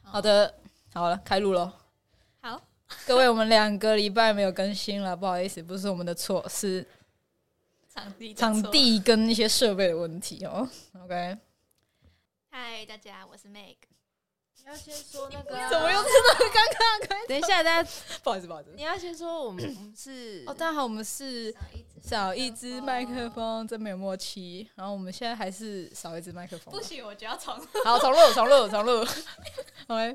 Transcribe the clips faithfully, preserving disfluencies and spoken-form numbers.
好的，好了，开录了。 好， 各位，我们两个礼拜没有更新了，不好意思，不是我们的错，是场地场地跟一些设备的问题哦。OK， 嗨，大家，我是 Meg。 你要先说那个、啊， 怎么又是那个尴尬的开始？ 等一下，大家不好意思，不好意思。 你要先说我们我们是哦，大家好，我们是少一支麦克风，真没有默契。然后我们现在还是少一支麦克风。 不行，我就要重录。 好，重录，重录，重录。OK。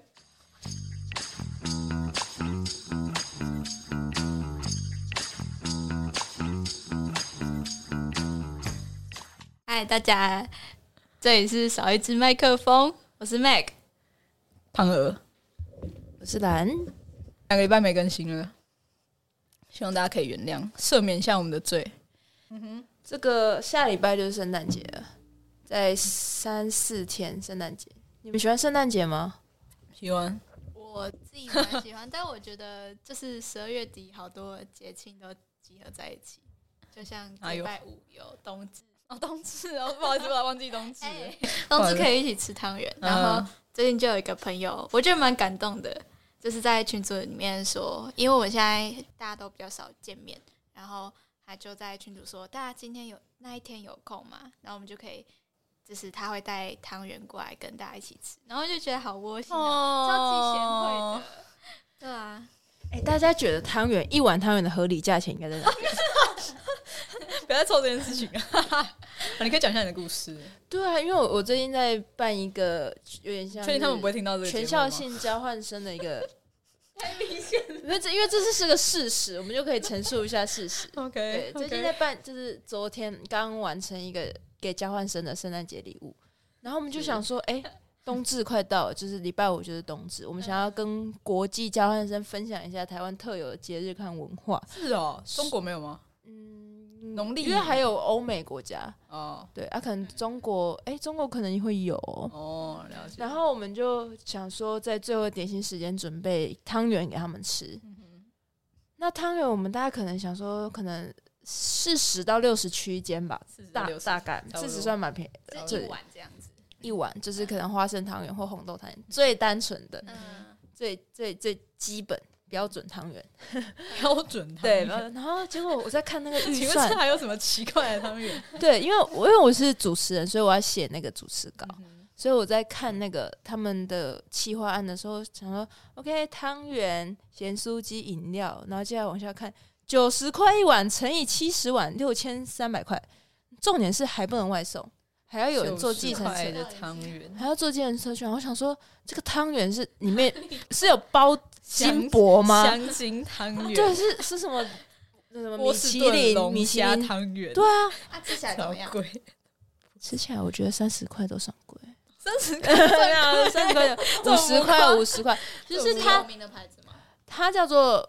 嗨，大家，这里是少一支麦克风，我是 Meg。 胖鹅， 我是蓝， 两个礼拜没更新了，希望大家可以原谅，赦免一下我们的罪。 嗯哼，这个下礼拜就是圣诞节了，在三四天圣诞节，你们喜欢圣诞节吗？ 喜欢。 我自己蛮喜欢，但我觉得就是十二月底好多节庆都集合在一起，就像礼拜五有冬至。 哦，冬至哦，不好意思，我忘记冬至了。 欸、冬至可以一起吃汤圆，然后最近就有一个朋友，我觉得蛮感动的，就是在群组里面说，因为我现在大家都比较少见面，然后他就在群组说，大家今天有那一天有空吗？然后我们就可以，就是他会带汤圆过来跟大家一起吃，然后就觉得好窝心、哦，超级贤惠的，对啊。 哎、欸，大家觉得汤圆一碗汤圆的合理价钱应该在哪里？ 不要再凑这件事情啊！你可以讲一下你的故事。 对啊，因为我我最近在办一个有点像， 确定他们不会听到这个全校性交换生的一个， 太明显了， 因为这因为这是是个事实，我们就可以陈述一下事实。 OK， 对，最近在办，就是昨天刚完成一个给交换生的圣诞节礼物，然后我们就想说，哎、欸。冬至快到了，就是礼拜五就是冬至，我们想要跟国际交换生分享一下台湾特有的节日和文化。 是哦，中国没有吗？ 嗯， 农历因为还有欧美国家哦， 对啊，可能中国，哎、欸，中国可能会有哦，了解。 然后我们就想说，在最后的点心时间准备汤圆给他们吃。嗯、那汤圆我们大家可能想说，可能四十到六十区间吧，大大概四十算蛮便宜的， 就一碗这样子。 一碗就是可能花生汤圆或红豆汤圆，最单纯的、 嗯、 最最最基本标准汤圆， 标准汤圆。 对，然后结果我在看那个预算， 请问这还有什么奇怪的汤圆？ 对，因为我因为我是主持人，所以我要写那个主持稿，嗯、所以我在看那个他们的企划案的时候，想说 OK 汤圆、咸酥鸡、饮料，然后接下来往下看，九十块一碗乘以七十碗，六千三百块，重点是还不能外送。还要有人坐计程车的汤圆， 还要坐计程车去。我想说，这个汤圆是里面是有包金箔吗？ 香精汤圆， 对，是是什么？什么米其林米其林汤圆？ 对啊， 啊，吃起来怎么样？ 贵， 吃起来我觉得三十块都算贵， 三十块， 三十块，五十块，五十块，就是它有名的牌子吗？ 它叫做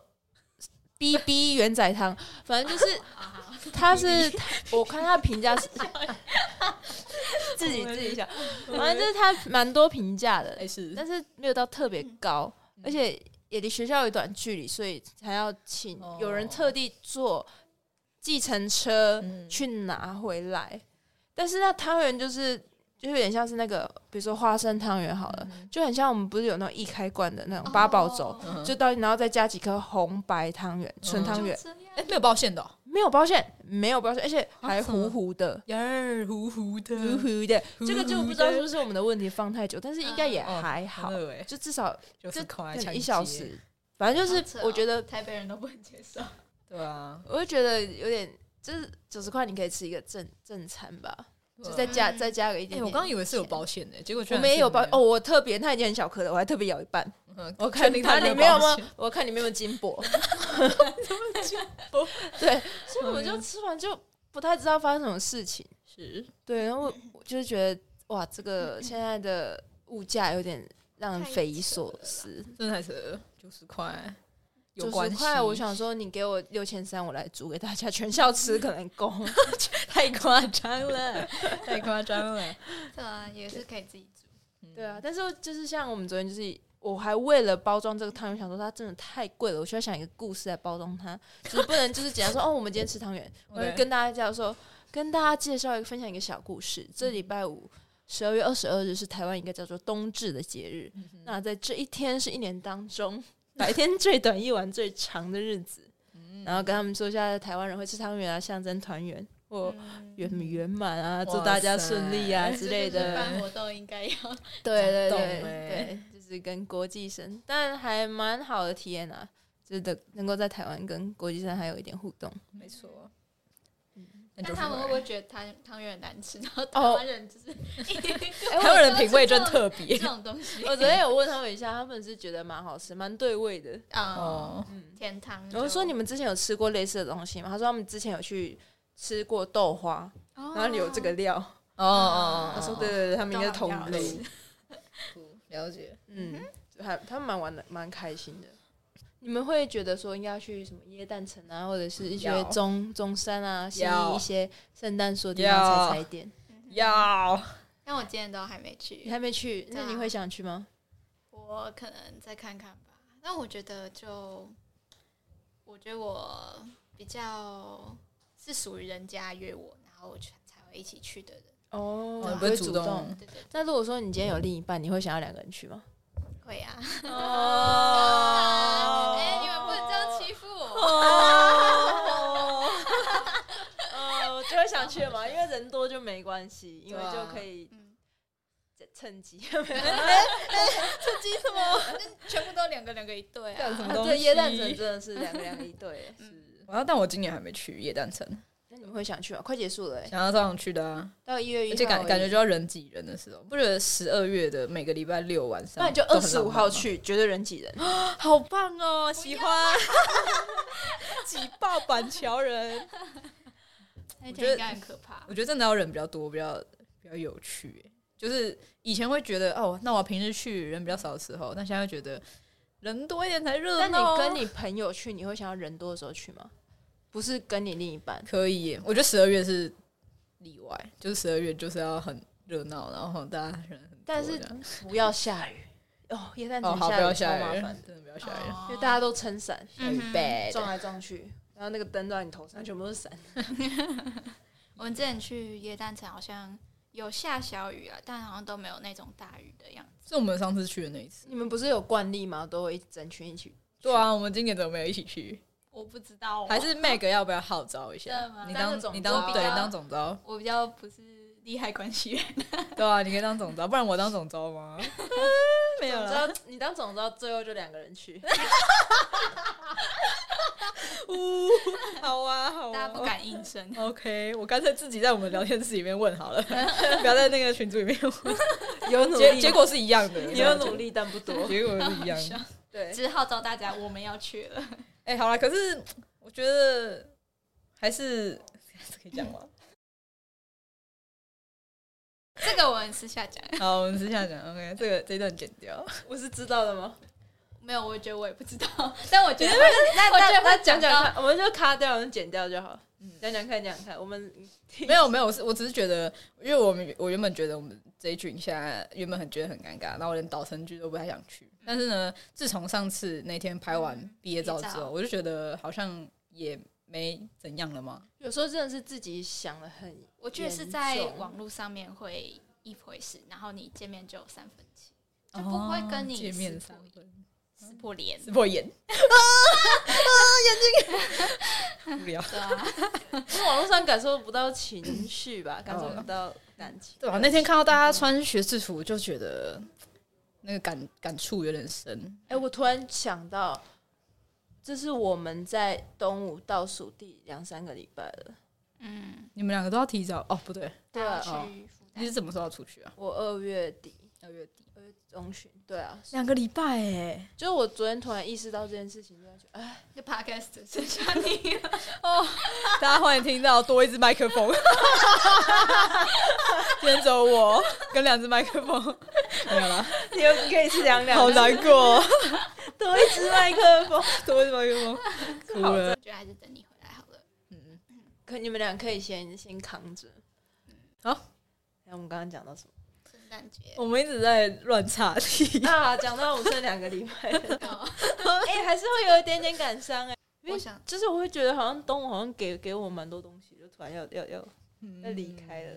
B B 元仔汤，反正就是。他是，我看他的评价是自己自己想，反正就是他蛮多评价的，但是没有到特别高，而且也离学校有一段距离，所以才要请有人特地坐计程车去拿回来。但是那汤圆就是就有点像是那个，比如说花生汤圆好了，就很像我们不是有那种一开罐的那种八宝粥，就到然后再加几颗红白汤圆、纯汤圆， 哎，没有包馅的。 没有包馅，没有包馅，而且还糊糊的， 呀、啊，糊糊的， 糊糊的。这个就不知道是不是我们的问题，放太久，但是应该也还好， 哦、 就至少就一小时。反正就是我觉得、 哦、台北人都不能接受。 对啊， 我就觉得有点，就是九十块你可以吃一个正正餐吧。就再加、嗯、再加个一点点、 欸。我刚刚以为是有包馅的，结果我没有包哦。我特别，它已经很小颗了，我还特别咬一半。 嗯、 我看它里面有没有，我看里面有没有金箔。 金箔对，所以我就吃完就不太知道发生什么事情。 是， 对，然后我就是觉得哇，这个现在的物价有点让人匪夷所思， 真的太扯了，九十块。 九十块，我想说你给我六千三，我来煮给大家全校吃，可能够。 太夸张了，太夸张了。 对啊，也是可以自己煮。 对啊，但是就是像我们昨天，就是我还为了包装这个汤圆，想说它真的太贵了，我需要想一个故事来包装它，就是不能就是简单说哦，我们今天吃汤圆，我会跟大家讲说，跟大家介绍一个分享一个小故事。这礼拜五十二月二十二日是台湾一个叫做冬至的节日。嗯、那在这一天是一年当中白天最短、夜晚最长的日子。嗯、然后跟他们说一下，台湾人会吃汤圆啊，象征团圆或圆圆满啊，祝大家顺利啊之类的。 办活动应该要对对对对，就是跟国际生，但还蛮好的体验啊。就是的，能够在台湾跟国际生还有一点互动， 没错。 但他们会不会觉得汤汤圆很难吃？然后台湾人就是、哦、 台湾人品味真特别。 这种东西， 我昨天有问他们一下，他们是觉得蛮好吃，蛮对味的。 哦，嗯、甜汤。 我说你们之前有吃过类似的东西吗？他说他们之前有去吃过豆花，哦、然后有这个料。哦哦他说对对对，他们应该是同一类。 了解， 嗯，还他们蛮玩的，蛮开心的。你们会觉得说应该要去什么耶诞城啊，或者是一些中中山啊，新义一些圣诞树的地方踩踩点？ 要， 但我今天都还没去。 你还没去，那你会想去吗？ 我可能再看看吧。但我觉得就，我觉得我比较是属于人家约我，然后我才会一起去的人。 哦， 你不会主动。 对对。 那如果说你今天有另一半，你会想要两个人去吗？ 会啊！ 哦， 哎、欸，你们不能这样欺负我！ 哦，呃，我就会想去嘛，因为人多就没关系，因为就可以趁机。趁机什么？ 全部都两个两个一对啊！ 干什么东西？ 对，耶诞城真的是两个两个一对。是， 啊，但我今年还没去耶诞城。 那你们会想去吗？快结束了、欸， 想要照样去的啊！ 到一月一号， 而且感感觉就要人挤人的时候，不觉得十二月的每个礼拜六晚上， 那你就二十五号去，绝对人挤人， 好棒哦！喜欢挤爆板桥人， 那天应该很可怕。 我觉得真的要人比较多，比较比较有趣、欸。就是以前会觉得哦，那我平时去人比较少的时候，但现在会觉得人多一点才热闹。 那你跟你朋友去，你会想要人多的时候去吗？不是跟你另一半可以耶，我觉得十二月是例外，就是十二月就是要很热闹，然后大家人很多， 但是不要下雨哦。耶诞城下雨超麻烦， 真的不要下雨， 因为大家都撑伞， 很 bad， 撞来撞去，然后那个灯都在你头上，全部都是伞。 我们之前去耶诞城好像有下小雨啊，但好像都没有那种大雨的样子。 是我们上次去的那一次。 你们不是有惯例吗？都会整群一起。 对啊，我们今年怎么没有一起去？ 我不知道、哦， 还是 Meg 要不要号召一下？你当你当对当总召， 我比较不是厉害关系人。 对啊，你可以当总召，不然我当总召吗？没有了， 你当总召，最后就两个人去。 呜，好啊，好啊， 大家不敢应声。 OK， 我干脆自己在我们聊天室里面问好了，不要在那个群组里面问。 有努力， 结果是一样的， 你有努力但不多， 结果是一样的。 对， 只是号召大家，我们要去了。 哎、欸，好啦，可是我觉得还是可以讲吗？ 这个我们私下讲。 好，我们私下讲。OK， 这个这一段剪掉。 我是知道的吗？ 没有，我觉得我也不知道。但我觉得， 那我觉得那讲讲看，我们就卡掉，我们剪掉就好。讲讲看，讲讲看，我们没有没有，我是我只是觉得，因为我们我原本觉得我们这一群现在原本很觉得很尴尬，然后我连导成剧都不太想去。但是呢，自从上次那天拍完毕业照之后，我就觉得好像也没怎样了嘛。 有时候真的是自己想的很， 我觉得是在网络上面会一回事，然后你见面就有三分情，就不会跟你见面三分。 撕破脸， 撕破眼啊啊！眼睛无聊。 对啊， 网络上感受不到情绪吧，感受不到感情。 对吧、啊？那天看到大家穿学制服，就觉得那个感感触有点深。 哎、欸，我突然想到，这是我们在东吴倒数第两三个礼拜了。 嗯， 你们两个都要提早哦？不对， 对啊。 哦、你是什么时候要出去啊？ 我二月底， 二月底。 中旬，对啊， 两个礼拜哎， 就是我昨天突然意识到这件事情，就觉得哎， 就 podcast 剩下你哦，大家欢迎听到多一支麦克风，今天只有我跟两只麦克风，没有啦， 你你可以吃两两， 好难过， 多一支麦克风， 多一支麦克风，哭了， 我觉得还是等你回来好了， 嗯，可你们俩可以先先扛着， 好， 那我们刚刚讲到什么？ 我们一直在乱岔题啊！讲到我剩两个礼拜了，哎、欸，还是会有一点点感伤哎。我想，就是我会觉得好像东吴好像给给我蛮多东西，就突然要要要要离开了。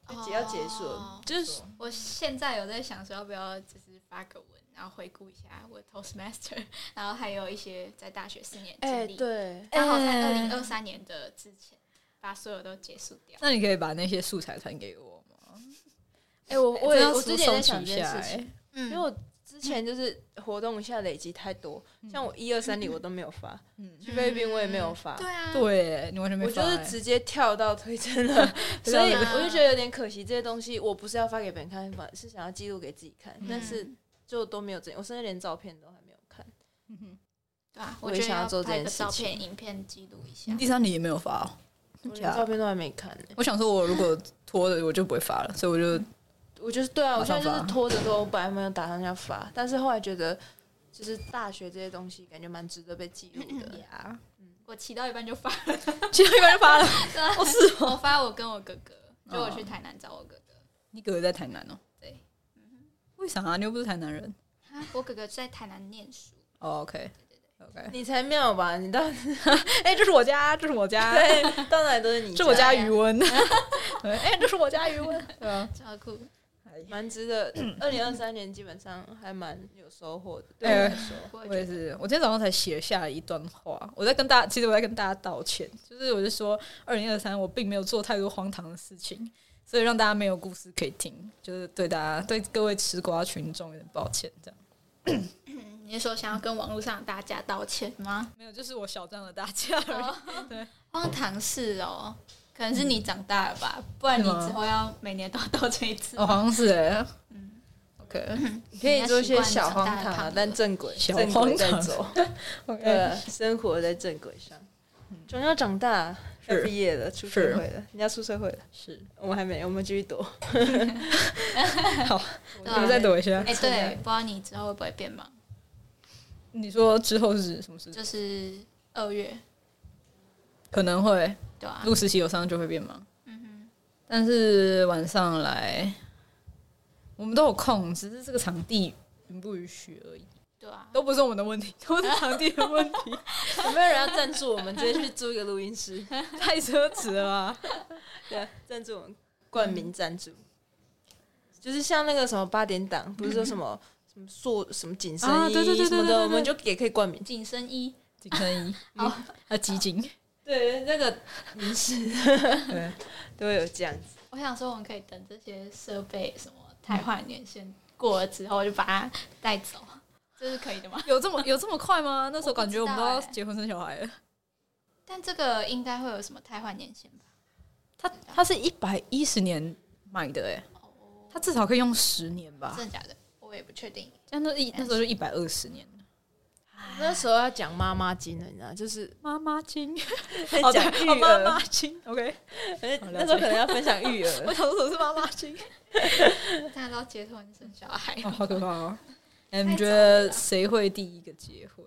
就要结束了， 哦就是我现在有在想说要不要就是发个文，然后回顾一下我的 Toastmaster， 然后还有一些在大学四年经历， 哎、对， 刚好在二零二三年的之前把所有都结束掉。 那你可以把那些素材传给我吗？ 哎、我我也我之前也在想收这件事情， 集嗯， 因为我之前就是活动一下累积太多，像我一二三里我都没有发， 嗯， 去菲律宾我也没有发， 对啊， 对你完全没我发、欸， 就是直接跳到推真了，所以对啊我就觉得有点可惜。这些东西我不是要发给别人看，反而是想要记录给自己看，但是就都没有这样，我甚至连照片都还没有看。 对啊， 我我觉得也想要做这拍个件事情照片、影片记录一下你。第三里也没有发、哦， 我连照片都还没看呢、 我想说，我如果拖的，我就不会发了，所以我就我就是对啊，我马上发现在就是拖着都，我本来没有打算要发，但是后来觉得，就是大学这些东西感觉蛮值得被记录的。 呀， 我骑到一半就发了， 其实一个人发了。 对啊哦，是哦， 我发我跟我哥哥，就我去台南找我哥哥。 你哥哥在台南哦？ 对， 为啥啊？你又不是台南人。 啊，我哥哥在台南念书。 哦 OK OK， 你才妙吧？你到哎，这是我家，这是我家， 对到哪里都是你家， 这是我家余温。哎，这是我家余温。对啊， 超酷。 蛮值得。二零二三年基本上还蛮有收获的，对哎我来说。 我也是，我今天早上才写下了一段话，我在跟大家，其实我在跟大家道歉，就是我就说，二零二三我并没有做太多荒唐的事情，所以让大家没有故事可以听，就是对大家对各位吃瓜群众有点抱歉，这样。 你是说想要跟网络上的大家道歉吗？ 没有，就是我小账的大家而已。对， 荒唐事哦，可能是你长大了吧，不然你是吗之后要每年都要道歉一次。 哦，好像是哎。 嗯 OK 你可以做一些小荒唐啊，但正轨， 小正轨在荒唐走， OK， 呃，生活在正轨上。总要长大，要是毕业了，出社会了，你要出社会了， 是我们还没，我们继续躲。 好， 对啊我们再躲一下。 哎、对，不知道你之后会不会变忙？ 你说之后是什么事？ 就是二月， 可能会对啊， 录实习有上就会变忙， 嗯但是晚上来我们都有空，只是这个场地允不允许而已， 哼，对啊， 都不是我们的问题，都是场地的问题， 有没有人要赞助我们？直接去租一个录音室， 太奢侈了吧？ 对啊，赞助我们，冠名赞助，就是像那个什么八点档，不是说什么什么硕什么紧身啊对对对衣什么的， 对对对我们就也可以冠名。 紧身衣， 紧身衣，还有基金， 对，那个名士对， 都会有这样子。 我想说我们可以等这些设备什么汰换年限过了之后，就把它带走，这是可以的吗？ 有这么有这么快吗？那时候我不感觉我们都要知道欸结婚生小孩了。 但这个应该会有什么汰换年限吧？ 他他是一百一十年买的哎， 哦， 他至少可以用十年吧？ 真的假的？我也不确定。 这样那一那时候就一百二十年了。 那时候要讲妈妈经了，你知道，就是妈妈经， 在哦对讲育哦妈儿妈。经，OK。 那时候可能要分享育儿我，想说什么是妈妈经？ 大家都要结婚生小孩， 哦，好可怕哦！哎，你太觉早了得谁会第一个结婚？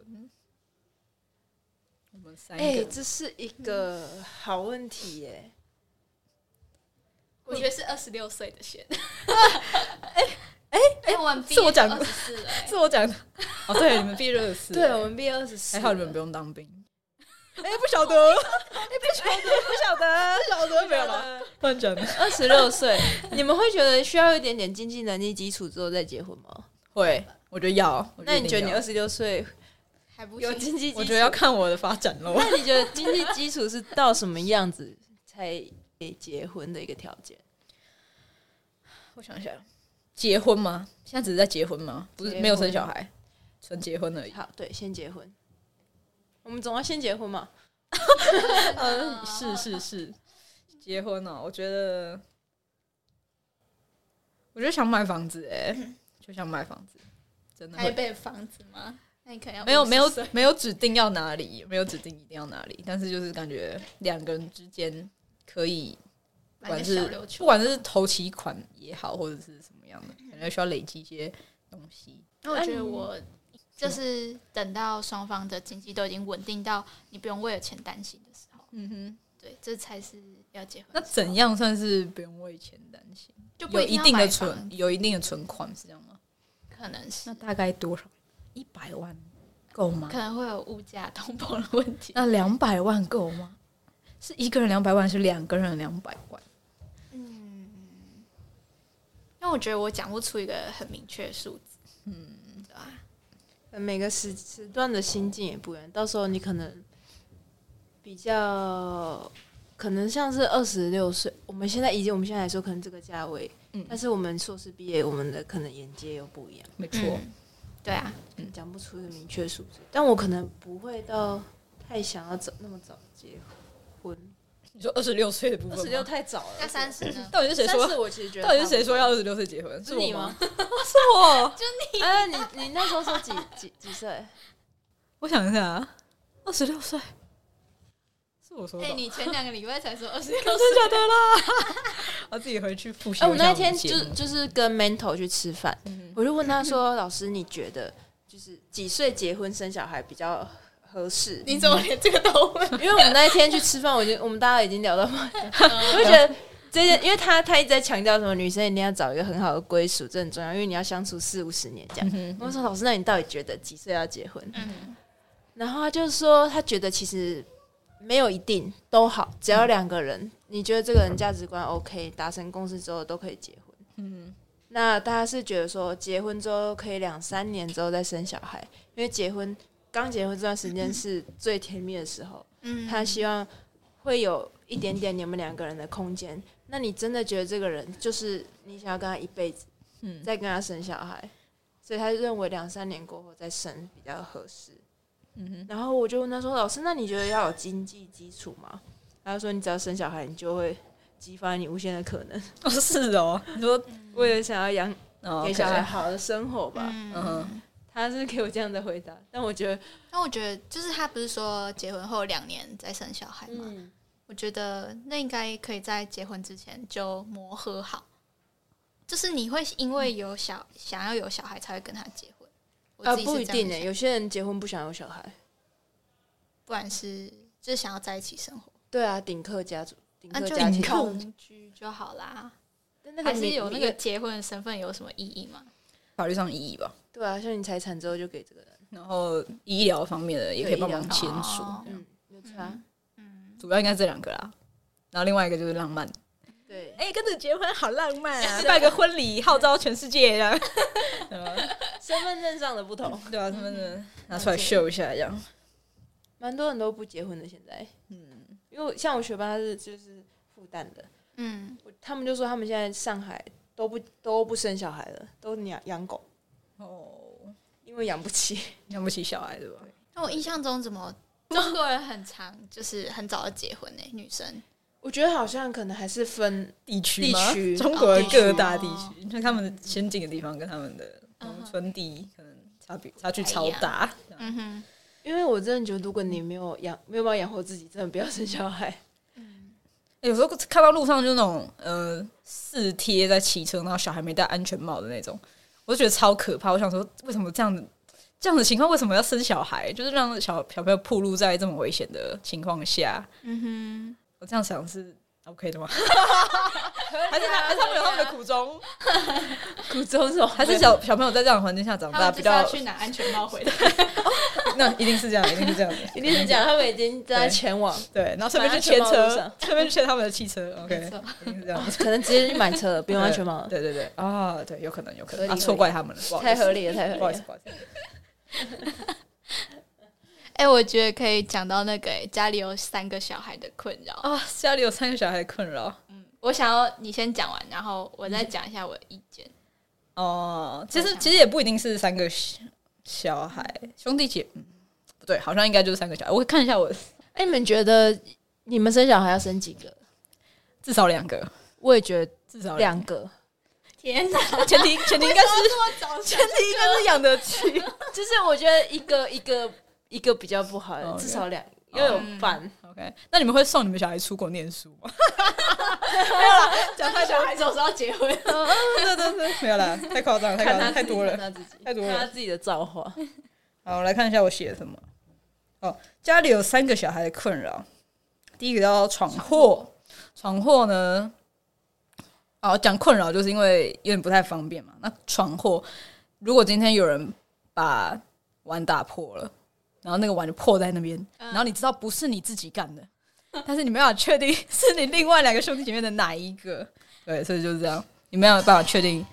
我们三哎、 个， 这是一个好问题耶。 我觉得是二十六岁的先。哎哎哎，我们毕业是我讲的二十四了、欸， 是我讲的。哦，对，你们毕业二十四， 对，我们毕业二十四， 还好你们不用当兵。哎，不晓得，哎，不晓得，不晓得，不晓得，没有了，乱讲的。 二十六岁，你们会觉得需要一点点经济能力基础之后再结婚吗？ 会，我觉得要。我那你觉得你二十？ 十六岁还不有行经济基础？ 我觉得要看我的发展喽。 那你觉得经济基础是到什么样子才可以结婚的一个条件？ 我想想，结婚吗？现在只是在结婚吗？不是， 结婚没有生小孩，纯结婚而已。 好，对，先结婚。我们总要先结婚嘛。 嗯，是是是，结婚哦，我觉得，我觉得想买房子哎、就想买房子，真的会台北房子吗？那你可能要没有没有 50岁没有指定要哪里，没有指定一定要哪里，但是就是感觉两个人之间可以，不买个管是小琉球不管是头期款也好，或者是什么样的，可能需要累积一些东西。 那我觉得我就是等到双方的经济都已经稳定到你不用为了钱担心的时候， 嗯哼， 对，这才是要结婚那的时候。 怎样算是不用为钱担心？有就不一定要一定的买存房， 有一定的存款是这样吗？ 可能是那大概多少？一百万够吗可？能会有物价通膨的问题。 那两百万够吗？是一个人两百万，是两个人两百万？ 嗯， 但我觉得我讲不出一个很明确的数字，嗯，对吧？ 每个时时段的心境也不一样，到时候你可能比较可能像是二十六岁，我们现在以及我们现在来说，可能这个价位，嗯，但是我们硕士毕业，我们的可能眼界又不一样， 没错、 嗯，对啊， 讲、嗯、不出一个明确数字，但我可能不会到太想要早那么早结婚。 你说二十六岁的部分， 二十六太早了。 那三十呢？ 到底是谁说？ 三十我其实觉得， 到底是谁说要二十六岁结婚？ 是你吗？ 是我， 就你。 哎、啊，你你那时候说几几几岁？ 我想一下，二十六岁，是我说的。 哎、欸，你前两个礼拜才说二十六岁， 真的假的啦？我自己回去复习。 哎、啊，我那一天就就是跟 mentor 去吃饭、嗯，我就问他说：“老师，你觉得就是几岁结婚生小孩比较？”合适？ 你怎么连这个都问？ 因为我们那一天去吃饭，我就我们大家已经聊到，我就觉得这件，因为他他一直在强调什么女生一定要找一个很好的归属，这很重要，因为你要相处四五十年这样。嗯、我说老师，那你到底觉得几岁要结婚？嗯、然后他就说，他觉得其实没有一定都好，只要两个人，你觉得这个人价值观 OK， 达成共识之后都可以结婚。嗯，那大家是觉得说，结婚之后可以两三年之后再生小孩，因为结婚。刚结婚这段时间是最甜蜜的时候，嗯，他希望会有一点点你们两个人的空间。那你真的觉得这个人就是你想要跟他一辈子，嗯，再跟他生小孩，所以他认为两三年过后再生比较合适。嗯哼，然后我就问他说：“老师，那你觉得要有经济基础吗？”他说：“你只要生小孩，你就会激发你无限的可能。” 哦，是哦，你说为了想要养、 哦、 给小孩好的生活吧， 嗯。 嗯他是给我这样的回答，但我觉得， 但我觉得就是他不是说结婚后两年再生小孩吗？嗯、我觉得那应该可以在结婚之前就磨合好，就是你会因为有小、嗯、想要有小孩才会跟他结婚。 啊，不一定诶，有些人结婚不想有小孩， 不然是就是想要在一起生活。 对啊，顶客家族，顶客家庭同居就好啦。那还是有那个结婚的身份有什么意义吗？ 法律上意义吧。 对啊，像你财产之后就给这个人， 然后医疗方面的也可以帮忙签署， 嗯，有差， 嗯，主要应该这两个啦，然后另外一个就是浪漫， 对， 哎、欸，跟着结婚好浪漫啊，办个婚礼号召全世界这样， 身份证上的不同， 对啊，身份证拿出来秀一下这样， 蛮多人都不结婚的现在，嗯，因为像我学班他是就是复旦的，嗯，他们就说他们现在上海都不都不生小孩了，都养养狗。哦，因为养不起， 养不起小孩对吧？ 那我印象中，怎么中国人很常就是很早的结婚呢、欸？女生， 我觉得好像可能还是分地区吗？ 地区， 中国的各大地区，就、哦、他们先进的地方跟他们的农村地可能差别差距超大。 嗯哼， 因为我真的觉得，如果你没有养没有办法养活自己，真的不要生小孩。 嗯，有时候看到路上就那种呃四贴在骑车，然后小孩没戴安全帽的那种。我就觉得超可怕，我想说，为什么这样子这样的情况，为什么要生小孩？就是让小小朋友暴露在这么危险的情况下。嗯哼，我这样想是 OK 的吗？还是他还是他们有他们的苦衷？ 苦衷什么？ 还是小小朋友在这样的环境下长大比较去拿安全帽回来？ 那一定是这样，一定是这样， 一定是这样。他们已经在前往， 对，然后顺便去牵车，顺便去牵他们的汽车。OK， 一定是这样， 可能直接去买车了，不用安全帽了。 对对对，啊，对，有可能，有可能，啊，错怪他们了， 太合理了，太合理了， 不好意思，不好意思。 哎、欸，我觉得可以讲到那个、欸、家里有三个小孩的困扰啊，家里有三个小孩的困扰。 嗯，我想要你先讲完，然后我再讲一下我的意见。 哦、呃，其实其实也不一定是三个小孩，兄弟姐，嗯，不对，好像应该就是三个小孩。我看一下我， 哎、欸，你们觉得你们生小孩要生几个？ 至少两个。 我也觉得至少两个。 天哪！ 前提前提应该是前提应该是养得起， 就是我觉得一个一个一个比较不好， okay. 至少两要有伴。 嗯、OK， 那你们会送你们小孩出国念书吗？没有啦，讲太小孩总是要结婚。 对对对，没有啦，太夸张了，太夸张，太多了， 他自己太多了， 看他自己的造化。 好，我来看一下我写的什么。哦，家里有三个小孩的困扰，第一个叫闯祸。闯祸呢？哦，讲困扰就是因为有点不太方便嘛。那闯祸，如果今天有人把碗打破了，然后那个碗就破在那边，然后你知道不是你自己干的，但是你没办法确定是你另外两个兄弟姐妹的哪一个，对，所以就是这样，你没有办法确定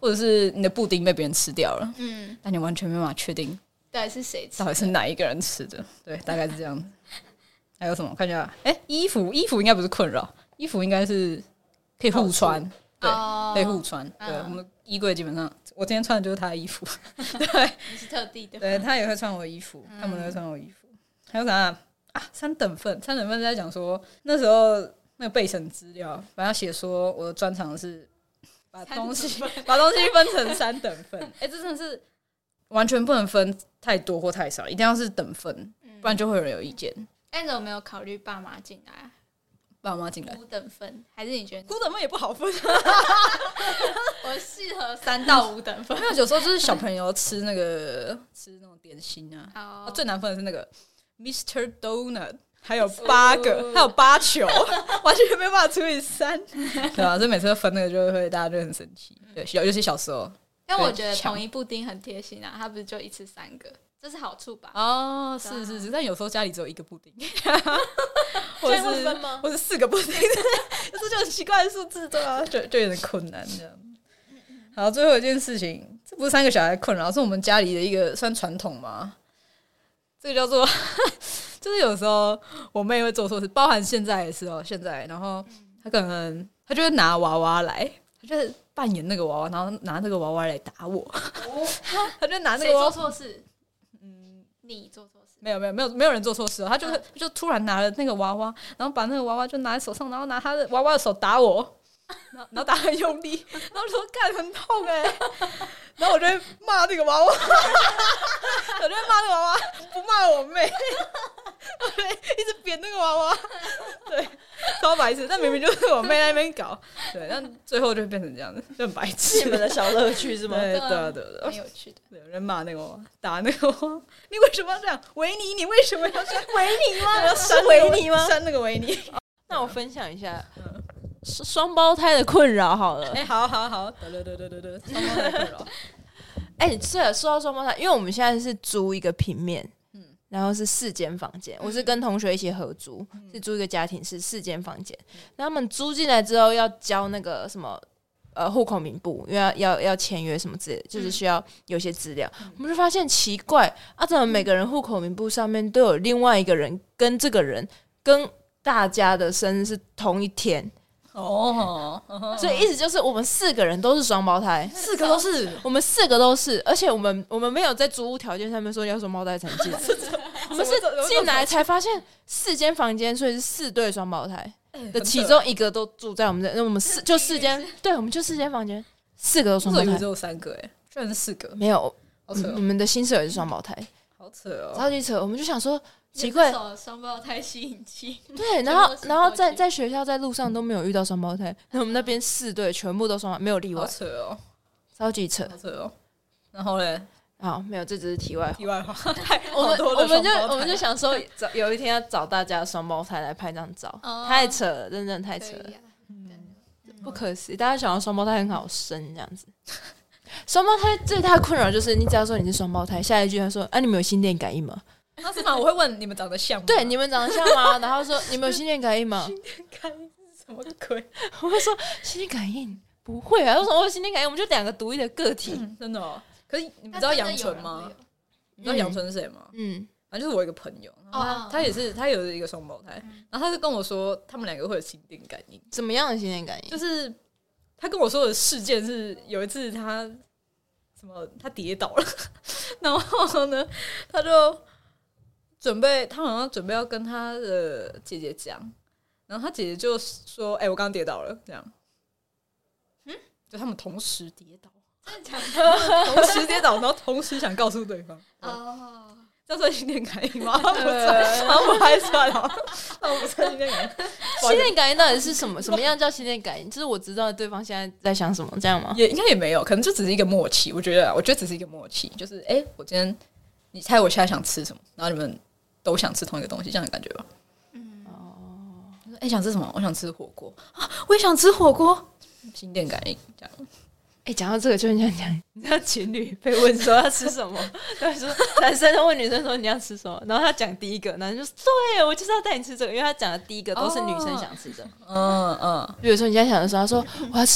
或者是你的布丁被别人吃掉了， 嗯， 但你完全没办法确定到底是谁吃到底是哪一个人吃的。对，大概是这样子。还有什么？我看一下，哎、欸，衣服，衣服应该不是困扰，衣服应该是可以互穿，对， 哦、 可以互穿。对，嗯、我们衣柜基本上，我今天穿的就是他的衣服，对， 你是特地的， 对他也会穿我的衣服，他们都会穿我的衣服。还有啥啊？啊三等份，三等份在讲说那时候那个备审资料，反正写说我的专长是把东西把东西分成三等份，哎、欸，这真的是完全不能分太多或太少，一定要是等份，不然就会有人有意见。 哎、欸，你有没有考虑爸妈进来？ 爸妈进来五等份，还是你觉得五等份也不好分？ 我适合三到五等份。 没有，有时候就是小朋友吃那个吃那种点心啊， oh. 啊最难分的是那个 Mister Donut。还有八个， oh. 还有八球，完全没办法除以三，对吧、啊？所以每次分那个就会大家就很生气，对，尤其小时候。 但我觉得统一布丁很贴心啊，它不是就一次三个，这是好处吧？ 哦，是是是，但有时候家里只有一个布丁， 或者是分吗？ 或是四个布丁，有时候就很奇怪的数字，对啊，就就有点困难这样。好，最后一件事情，这不是三个小孩困扰，是我们家里的一个算传统嘛？这个叫做。就是有时候我妹会做错事，包含现在也是哦。现在，然后她可能她就会拿娃娃来，她就是扮演那个娃娃，然后拿那个娃娃来打我。哦、她就拿那个娃娃谁做错事？嗯，你做错事？ 没有没有没有没有人做错事哦。她就、嗯、就突然拿了那个娃娃，然后把那个娃娃就拿在手上，然后拿她的娃娃的手打我，然后然后打很用力，然后说干很痛哎、欸，然后我就会骂那个娃娃，我就会骂那个娃娃，不骂我妹。对，一直扁那个娃娃，对，超白痴。但明明就是我妹在那边搞，对，但最后就变成这样子，就很白痴。 你们的小乐趣是吗？ 对对对对， 很有趣的。 对，有人骂那个娃娃，打那个娃娃，你为什么要这样？维尼，你为什么要这样？ 维尼吗？ 要扇维尼吗？ 扇那个维尼。 那我分享一下双胞胎的困扰好了。 哎、欸，好好好，对对对对对，双胞胎的困扰。 哎、欸，对了，说到双胞胎，因为我们现在是租一个平面。然后是四间房间，我是跟同学一起合租，嗯、是租一个家庭是四间房间。然后他们租进来之后要交那个什么呃户口名簿，因为要要要签约什么之类的，就是需要有些资料。嗯、我们就发现奇怪啊，怎么每个人户口名簿上面都有另外一个人跟这个人跟大家的生日是同一天？哦，所以意思就是我们四个人都是双胞胎， 四个都是， 我们四个都是，而且我们我们没有在租屋条件上面说要双胞胎才进来，我们是进来才发现四间房间，所以是四对双胞胎的其中一个都住在我们这，那我们四就四间，对，我们就四间房间，四个都双胞胎， 只有三个哎，居然是四个， 没有，好扯哦，你们的新舍友是双胞胎， 好扯哦， 超级扯，我们就想说。奇怪， 双胞胎吸引器。 对，然后然后在在学校在路上都没有遇到双胞胎，那我们那边四对全部都双胞，没有例外。 好扯哦， 超级扯， 好扯哦。然后嘞， 好，没有，这只是题外话。 题外话， 我们我们就我们就想说，找有一天要找大家双胞胎来拍张照，哦、太扯了，真的太扯了，嗯、不可思议。大家想要双胞胎很好生这样子。双胞胎最大的困扰就是，你只要说你是双胞胎，下一句他说：“啊，你们有心电感应吗？” 那是吗？我会问你们长得像吗？ 对，你们长得像吗？然后说你们有心电感应吗？ 心电感应是什么鬼？ 我会说心电感应不会啊，为什么心电感应？我们就两个独立的个体， 嗯、真的哦。可是你们知道杨纯吗？你知道杨纯是谁吗？嗯，反正就是我一个朋友，他他也是他有一个双胞胎，然后他就跟我说他们两个会有心电感应。 怎么样的心电感应？ 就是他跟我说的事件是有一次他什么他跌倒了，然后呢他就。准备，他好像准备要跟他的姐姐讲，然后他姐姐就说：“哎、欸，我刚刚跌倒了。”这样，嗯，就他们同时跌倒， 真的假的？ 同时跌倒，然后同时想告诉对方。哦，这算心电感应吗？不算，好像不太算哦。那我不算心电感应。 心电感应到底是什么？什么样叫心电感应？就是我知道对方现在在想什么，这样吗？ 也应该也没有，可能就只是一个默契。我觉得，我觉得只是一个默契，就是哎、欸，我今天你猜我现在想吃什么，然后你们。都想吃同一个东西，这样的感觉吧。嗯哦，哎、欸，想吃什么？我想吃火锅啊！我也想吃火锅。心电感应这样。 哎、欸，讲到这个就很想讲，你知道情侣被问说要吃什么，他说男生问女生说你要吃什么，然后他讲第一个，男生就说对，我就是要带你吃这个，因为他讲的第一个都是女生想吃的。嗯嗯，比如说你现在想的时候，他说我要吃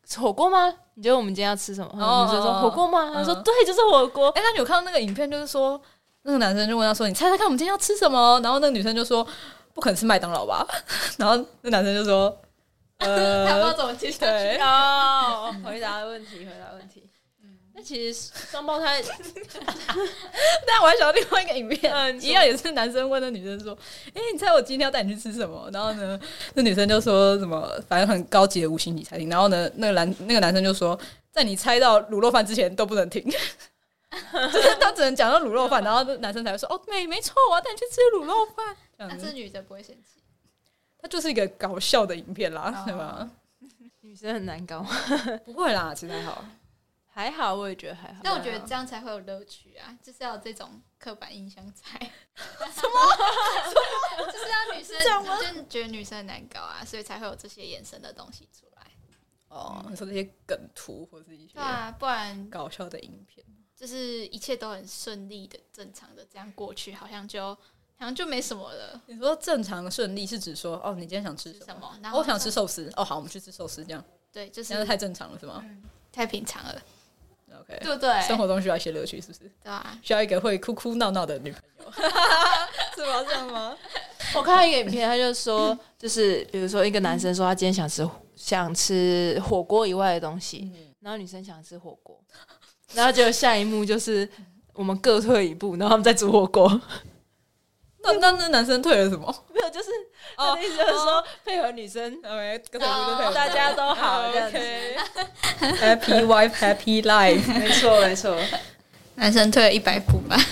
火锅吗？你觉得我们今天要吃什么？ 哦女生说火锅吗？他说嗯对，就是火锅。 哎、那你有看到那个影片，就是说那个男生就问他说：“你猜猜看，我们今天要吃什么？”然后那个女生就说：“不可能是麦当劳吧？”然后那男生就说：“呃， 他不知道怎么接下去。 对， 哦，回答问题，回答问题。那其实双胞胎， 但我还想到另外一个影片， 嗯一样也是男生问那女生说：“哎、你猜我今天要带你去吃什么？”然后呢，那女生就说什么，反正很高级的五星级餐厅。然后呢，那个男那个男生就说，在你猜到卤肉饭之前都不能停，就是他只能讲到卤肉饭，然后那男生才会说：“哦，没没错，我要带你去吃卤肉饭。”这样子那这女的不会生气， 它就是一个搞笑的影片啦， 哦对吧？ 女生很难搞。 不会啦，其实还好。 还好，我也觉得还好。 但我觉得这样才会有乐趣啊，就是要有这种刻板印象在。 什么？ 就是要女生就觉得女生很难搞啊，所以才会有这些衍生的东西出来。 哦，你说这些梗图或是一些对啊，不然搞笑的影片， 就是一切都很顺利的、正常的这样过去，好像就好像就没什么了。 你说正常顺利是指说，哦，你今天想吃什么？ 什么？然哦后我想吃寿司。哦，好，我们去吃寿司，这样对，就是这样太正常了，是吗、 嗯、太平常了， ？OK， 对不对？ 生活中需要一些乐趣，是不是？ 对啊， 需要一个会哭哭闹闹的女朋友，是吗？这样吗？ 我看到一个影片，他就说，就是比如说一个男生说他今天想吃想吃火锅以外的东西， 嗯然后女生想吃火锅，然后结果下一幕就是我们各退一步，然后他们在煮火锅。 那那那男生退了什么？ 没有，就是他的意思就是说配合女生， OK，跟我们大家都好这样子。 Happy wife, happy life。 没错，没错。 男生退了一百步吧。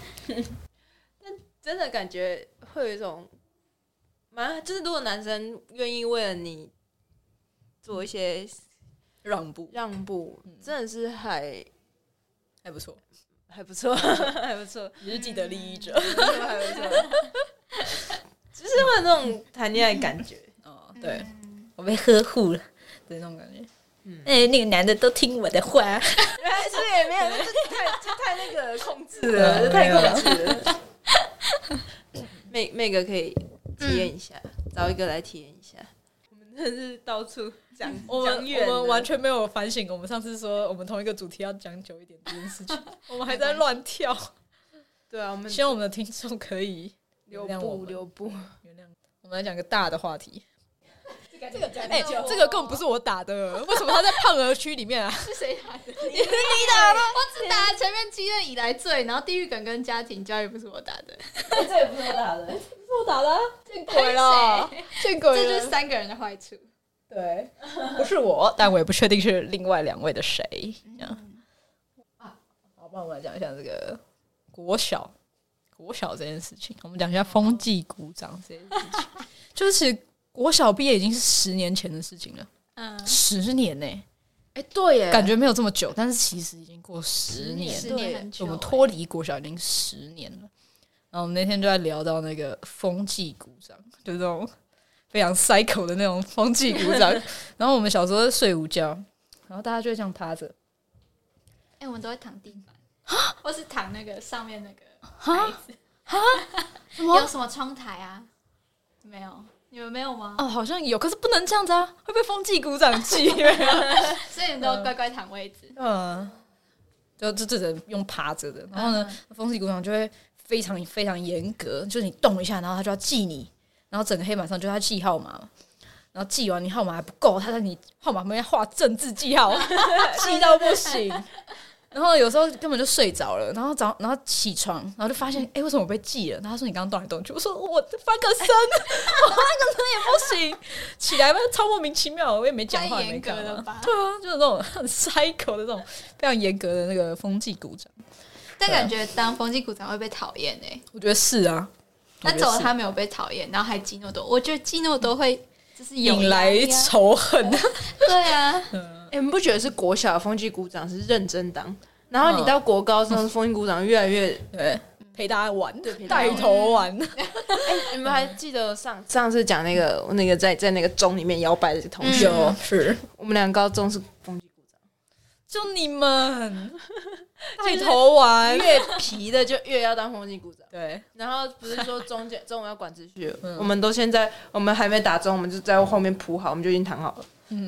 真的感觉会有一种蛮，就是如果男生愿意为了你做一些让步让步，真的是还还不错， 还不错，还不错， 你是既得利益者。 还不错，就是会有那种谈恋爱感觉。 哦，对，我被呵护了的那种感觉。哎、那个男的都听我的话。 原来是也没有，这太这太那个控制了，这太控制了。每每个可以体验一下，找一个来体验一下。我们真的是到处讲我们讲远了， 我们完全没有反省。我们上次说我们同一个主题要讲久一点这件事情，我们还在乱跳。 对啊，我们希望我们的听众可以留原谅我们步留步。 原谅。我们来讲个大的话题。 这个哎、这个根本不是我打的，为什么他在胖儿区里面啊？ 是谁打的？你打的？我只打前面积累以来最，然后地狱梗跟家庭教育不是我打的， 这也不是我打的， 是我打的、啊，见鬼了，见鬼了！ 这就是三个人的坏处。 对，不是我，但我也不确定是另外两位的谁。这样啊，好，那我们来讲一下这个国小国小这件事情。我们讲一下风纪股长这件事情，就是其实国小毕业已经是十年前的事情了， 嗯， 十年呢、欸， 哎，对耶， 感觉没有这么久，但是其实已经过十年十了。 年很久欸， 我们脱离国小已经十年了。然后我们那天就在聊到那个风纪股长，就是这种非常 psycho 的那种风纪股长。然后我们小时候在睡午觉，然后大家就会这样趴着。 哎、我们都会躺地板，或是躺那个上面那个台子。有什么窗台啊？没有，你们没有吗？ 哦，好像有，可是不能这样子啊，会被风纪股长记。 所以你们都乖乖躺位置。 嗯，就就只能用趴着的。然后呢，风纪股长就会非常非常严格，就是你动一下，然后他就要记你，然后整个黑板上就要记号码嘛。然后记完你号码还不够，他在你号码旁边画正字记号，记到不行。然后有时候根本就睡着了，然后早然后起床，然后就发现，哎、欸，为什么我被记了？然后他说你刚刚动来动去，我说我翻个身，我翻个身也不行，起来吧，超莫名其妙，我也没讲话，也没干嘛。对啊，就是那种很 psycho 的这种非常严格的那个风纪股长。 但感觉当风纪股长会被讨厌哎， 我觉得是啊。 但走了他没有被讨厌，然后还基诺多，我觉得基诺多会就是引来仇恨。 对啊， 嗯，你们不觉得是国小的风纪股长是认真当，然后你到国高中风纪股长越来越对陪大家玩， 对陪大家带头玩。 哎、你们还记得上上次讲那个那个在在那个钟里面摇摆的同学吗？ 有是， 我们两个高中是风纪股长， 就你们带头玩， 越皮的就越要当风纪股长。 对， 然后不是说中间中午要管秩序， 嗯我们都现在我们还没打钟，我们就在后面铺好，我们就已经躺好了。 嗯，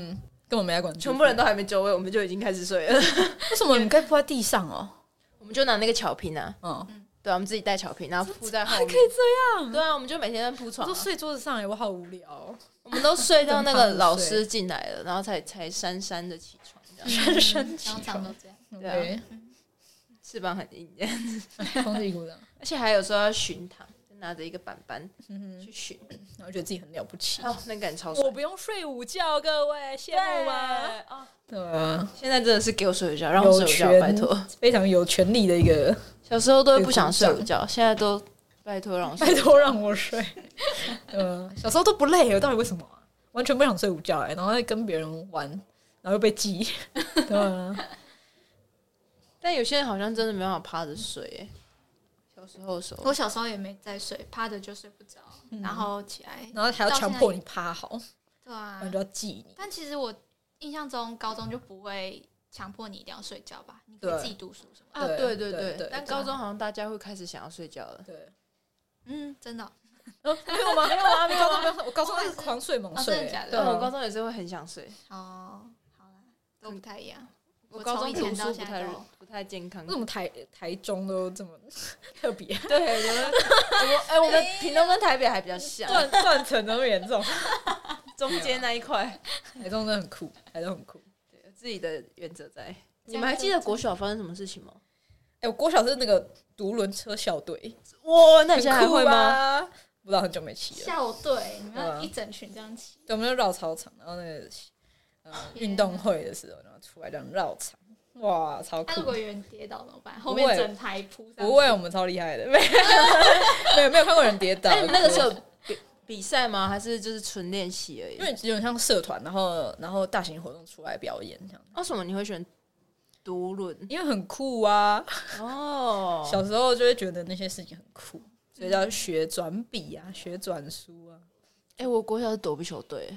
根本没在管， 全部人都还没就位，我们就已经开始睡了。 为什么你可以铺在地上哦？ 我们就拿那个巧拼啊， 嗯， 对啊，我们自己带巧拼，然后铺在后面， 可以这样？ 对啊，我们就每天在铺床、啊， 我都睡桌子上耶，我好无聊、哦。 我们都睡到那个老师进来了，然后才才姗姗的起床， 姗姗起常常都这样。 对啊，翅膀很硬， 空气鼓掌， 而且还有时候要巡堂，就拿着一个板板去巡， 然后觉得自己很了不起。 哦，那感超帅。 我不用睡午觉，各位羡慕吗？ 哦， 对啊， 现在真的是给我睡午觉，让我睡午觉，拜托。 非常有权利的一个， 小时候都会不想睡午觉，现在都拜托让我睡， 拜托让我睡。呃，小时候都不累，我到底为什么、啊？完全不想睡午觉哎、欸，然后再跟别人玩，然后又被记，对啊。 但有些人好像真的没办法趴着睡、欸，小时候的时候， 我小时候也没在睡，趴着就睡不着，嗯、然后起来， 然后还要强迫你趴好， 对啊， 然后就要记你。 但其实我印象中高中就不会强迫你一定要睡觉吧，你可以自己读书什么的。啊，对对对, 对, 对, 对但高中好像大家会开始想要睡觉了。 对， 嗯，真的、哦。 哦、没有吗？没有吗？没有高中，我高中是狂睡猛睡、欸， 哦、真的假的？ 对，我高中也是会很想睡。 哦，好啦，都不太一样。 我高中读书不太不太健康。 为什么台台中都这么特别？ 对，你们我们哎，我们屏东跟台北还比较像， 断断层那么严重， 中间那一块， 台中真的很酷，台中很酷， 对，有自己的原则在。你们还记得国小发生什么事情吗？ 哎、欸，我国小是那个独轮车校队， 哇，那你现在还会吗？ 不知道，很久没骑了。 校队，你们要一整群这样骑， 对，我们就绕操场，然后那个呃运动会的时候，然后出来这样绕场，哇，超酷！ 那、啊、如果有人跌倒怎么办？后面整台铺上。 不会，我们超厉害的，没有没有没有看过人跌倒。 那、欸、你们那个是有比比赛吗？还是就是纯练习而已？ 因为有点像社团，然后然后大型活动出来表演这样。 为什么你会选独轮？ 因为很酷啊！ 哦， 小时候就会觉得那些事情很酷。所以要学转笔啊，学转书啊。 哎、欸，我国小是躲避球队，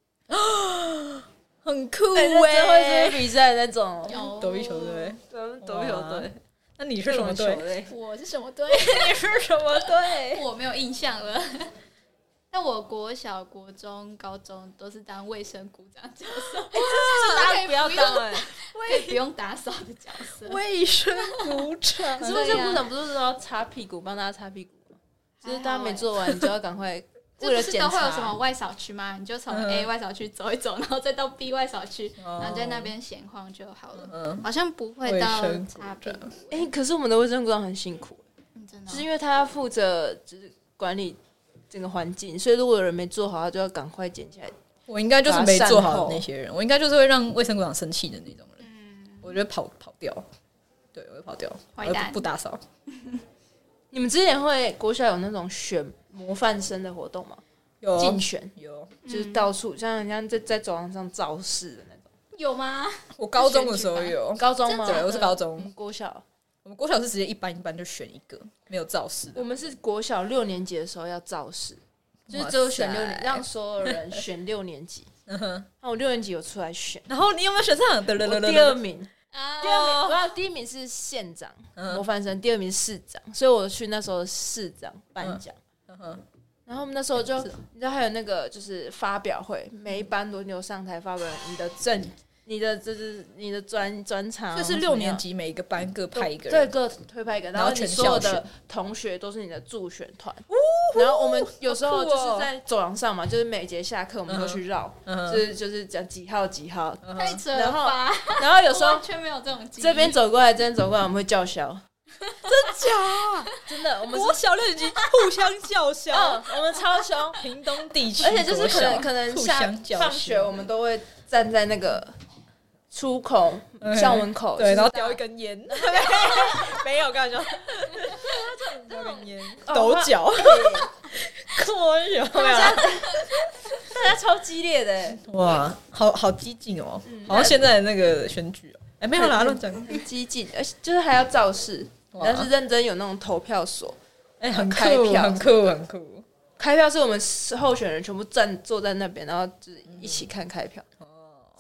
很酷哎、欸，真会比赛那种躲避球队， 对，躲避球队。 那你是什么队？ 我是什么队？ 你是什么队？ 我没有印象了。但我国小、国中、高中都是当卫生股长角色，哎、欸， 这是大家不要当哎、欸， 可以不用打扫的角色。 卫生股长， 可是卫生股长不是说要擦屁股，帮大家擦屁股吗？就是大家没做完，你就要赶快为了检查。 不是都会有什么外扫区吗？你就从 A 外扫区走一走，然后再到 B 外扫区，嗯、然后在那边闲晃就好了。嗯、好像不会到擦屁股。 哎、欸，可是我们的卫生股长很辛苦、 嗯，真的、哦， 就是因为他要负责就是管理整个环境，所以如果有人没做好，他就要赶快捡起来。 我应该就是没做好的那些人，我应该就是会让卫生股长生气的那种人。嗯，我觉得跑跑掉，对，我会跑掉，我不不打扫。 你们之前会国小有那种选模范生的活动吗？ 有竞选， 有， 就是到处像人家在在走廊上造势的那种。 有吗？ 我高中的时候有， 高中吗？ 对，我是高中。 我们国小， 我们国小是直接一班一班就选一个，没有造势。 我们是国小六年级的时候要造势，就是只有选六年，让所有人选六年级。嗯哼，那我六年级有出来选， 然后你有没有选上？ 我第二名。第二名，我第一名是县长模范生，第二名是市长，所以我去那时候市长颁奖。嗯嗯、然后我们那时候就，你知道还有那个就是发表会，每一班轮流上台发表你的证、你的就是你的专专长。 就是六年级每一个班各派一个人， 对，各推派一个，然后你所有的同学都是你的助选团。然后我们有时候就是在走廊上嘛，就是每节下课我们都去绕，嗯、就是就是讲几号几号， 太扯了吧！ 然后有时候完全没有这种经历， 这边走过来，这边走过来，我们会叫嚣。 真假？ 真的，我们国小六年级互相叫嚣， 嗯，我们超凶， 屏东地区， 而且就是可能可能下放学我们都会站在那个出口校门口， 对，然后叼一根烟，没有，开玩笑，叼根烟，抖脚，国小， 大家超激烈的， 哇，好好激进哦，好像现在的那个选举哦，哎，没有啦，乱讲， 很激进，而且就是还要造势。但是认真有那种投票所， 哎、欸，很开票，很酷，很酷。 开票是我们候选人全部站坐在那边，然后就是一起看开票，哦，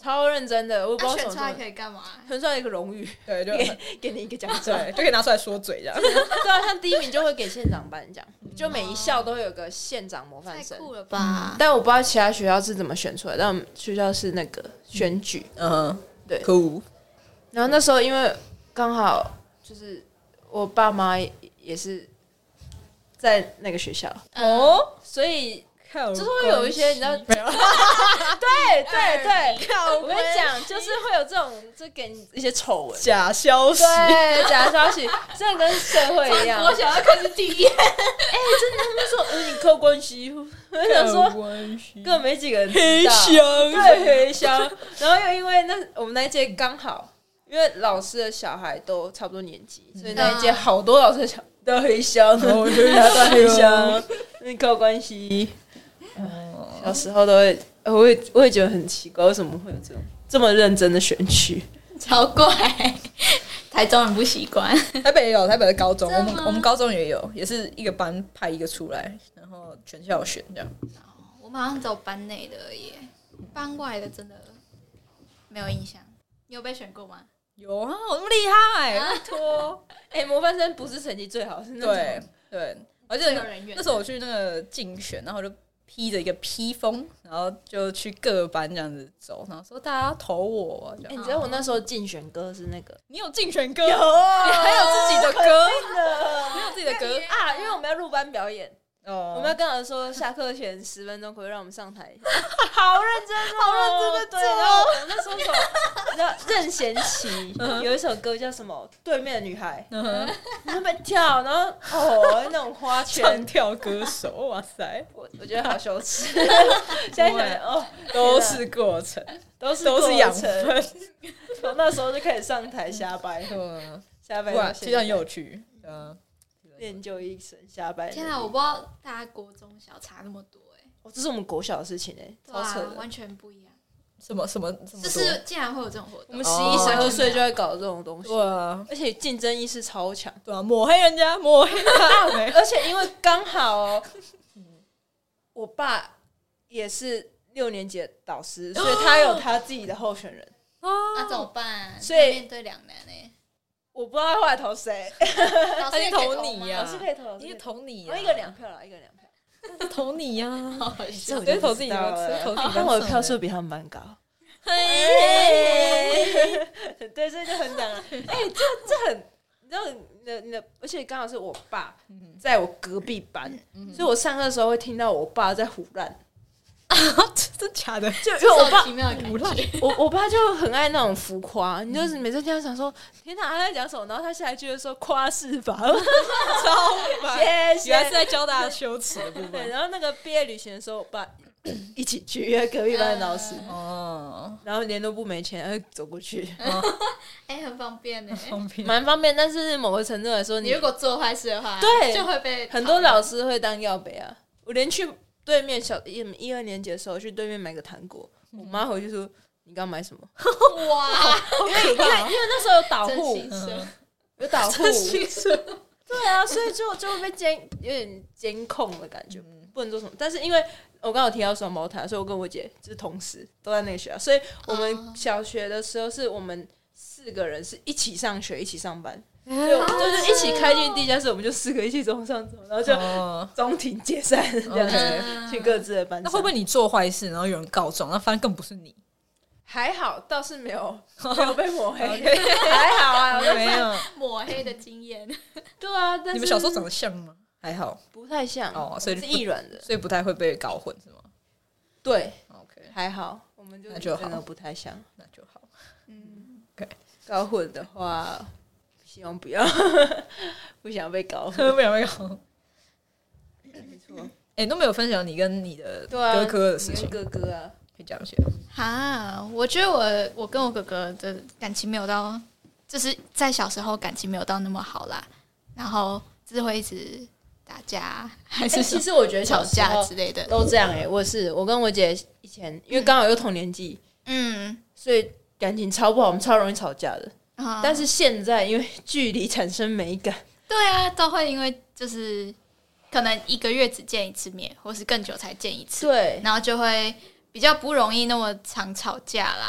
超认真的，我不知道选出来什么可以干嘛？ 选出来一个荣誉， 对，就给给你一个奖状， 对，就可以拿出来说嘴这样。 对啊，像第一名就会给县长颁奖，就每一校都会有个县长模范生。 太酷了吧！ 但我不知道其他学校是怎么选出来，但我们学校是那个选举， 嗯， 对， 酷。 然后那时候因为刚好就是我爸妈也是在那个学校， 哦， 所以就就是会有一些你知道， 没有， 对对对， 靠我跟你讲，就是会有这种就给你一些丑闻。 假消息， 对，假消息，真的跟社会一样。 我想要开始体验， 哎、真的，他们说，呃，你靠关系，我想说，根本没几个人知道。 黑箱， 对，黑箱。然后又因为那我们那一届刚好，因为老师的小孩都差不多年纪，所以那一届好多老师的小都黑箱， 哦都黑箱，你靠关系。小时候都会，我也我也觉得很奇怪，为什么会有这种这么认真的选举？ 超怪。台中人不习惯， 台北也有，台北的高中，我真的吗们我们高中也有，也是一个班派一个出来，然后全校选这样。 我们好像只有班内的而已，班外的真的没有印象。你有被选过吗？ 有啊，我那么厉害，拜托。 哎、模范生不是成绩最好，是那种对对，而且自由人员那时候我去那个竞选，然后我就披着一个披风，然后就去各班这样子走，然后说大家要投我这哎、 样。 你知道我那时候竞选歌是那个你有竞选歌？ 有啊， 你还有自己的歌？ 的你有自己的歌啊，因为我们要入班表演， 哦我们要跟老师说下课前十分钟可不可以让我们上台，好认真哦，好认真的做。然后我那时候什么，你知道任贤齐有一首歌叫什么《对面的女孩》， 嗯哼， 你那边跳，然后哦那种花唱圈， 跳歌手，哇塞， 我我觉得好羞耻。现在想想哦， 都是过程， 都是都是养过程， 分。 从那时候就开始上台瞎掰， 嗯， 瞎掰不然到现在其实很有趣。嗯， 练就一身瞎掰。 天啊，我不知道大家国中小差那么多哎、 哦，这是我们国小的事情哎，超扯哇， 的。 完全不一样。 什么什么什么多？ 就是竟然会有这种活动， 我们十一、十二岁就会搞这种东西， 对啊， 而且竞争意识超强。 对啊，抹黑人家，抹黑他没。 而且因为刚好哦，我爸也是六年级的导师，所以他有他自己的候选人。 那怎么办？ 所以面对两难哎。 我不知道他后来投谁， 老他就投你呀老师可以投， 你也投你我呀， 一个两票啦，一个两票。 投你呀， 这直接投自己的，投自己的。 但我的票数比他们班高。对，所以就很讲啊，哎、这这很，你知道你的你的，而且刚好是我爸在我隔壁班，所以我上课的时候会听到我爸在胡乱， 真假的？ 就因为我爸奇妙的感觉。 我我爸就很爱那种浮夸，你就是每次听他讲说，天哪，他在讲什么？然后他下一句就说夸饰法， 超谢谢。 原来是在教大家羞耻的部对， 分。 然后那个毕业旅行的时候，我爸一起去，因为隔壁班的老师， 哦， 然后联络部没钱，然后走过去， 哎、很方便呢、 方便。 蛮方便。但是某个程度来说， 你如果做坏事的话， 对就会被很多老师会当药杯啊。我连去对面小一一二年级的时候，去对面买个糖果，我妈回去说：“你刚买什么？” 哇， 因为因为因为那时候有导真护， 心社有导护， 是对啊，所以就就会被监有点监控的感觉，不能做什么。但是因为我刚刚有提到双胞胎，所以我跟我姐就是同时都在那个学校，所以我们小学的时候是我们四个人是一起上学，一起上班。就就是一起开进地下室，我们就四个一起走上走，然后就哦中庭解散这样子， 嗯去各自的班上。 那会不会你做坏事，然后有人告状，那发现更不是你？ 还好，倒是没有没有被抹黑，还好啊，我没有。 抹黑的经验？ 对啊，但是你们小时候长得像吗？还好不太像哦，所以是易软的， 所以不太会被搞混，是吗对， ？OK， 还好，我们就那就好真的不太像。 那就好。 嗯 OK 搞混的话，希望不要，不想被搞混。 不想被搞。 没错， 哎，都没有分享你跟你的对啊， 哥哥的事情， 你跟哥哥啊， 可以讲一些。 哈，我觉得我我跟我哥哥的感情没有到，就是在小时候感情没有到那么好啦，然后就是会一直打架，还是欸其实我觉得吵小时候架之类的。 都这样哎、我是我跟我姐以前因为刚好又同年纪， 嗯， 所以感情超不好，我们超容易吵架的。 啊但是现在因为距离产生美感， 对啊，都会因为就是可能一个月只见一次面，或是更久才见一次， 对， 然后就会比较不容易那么常吵架啦。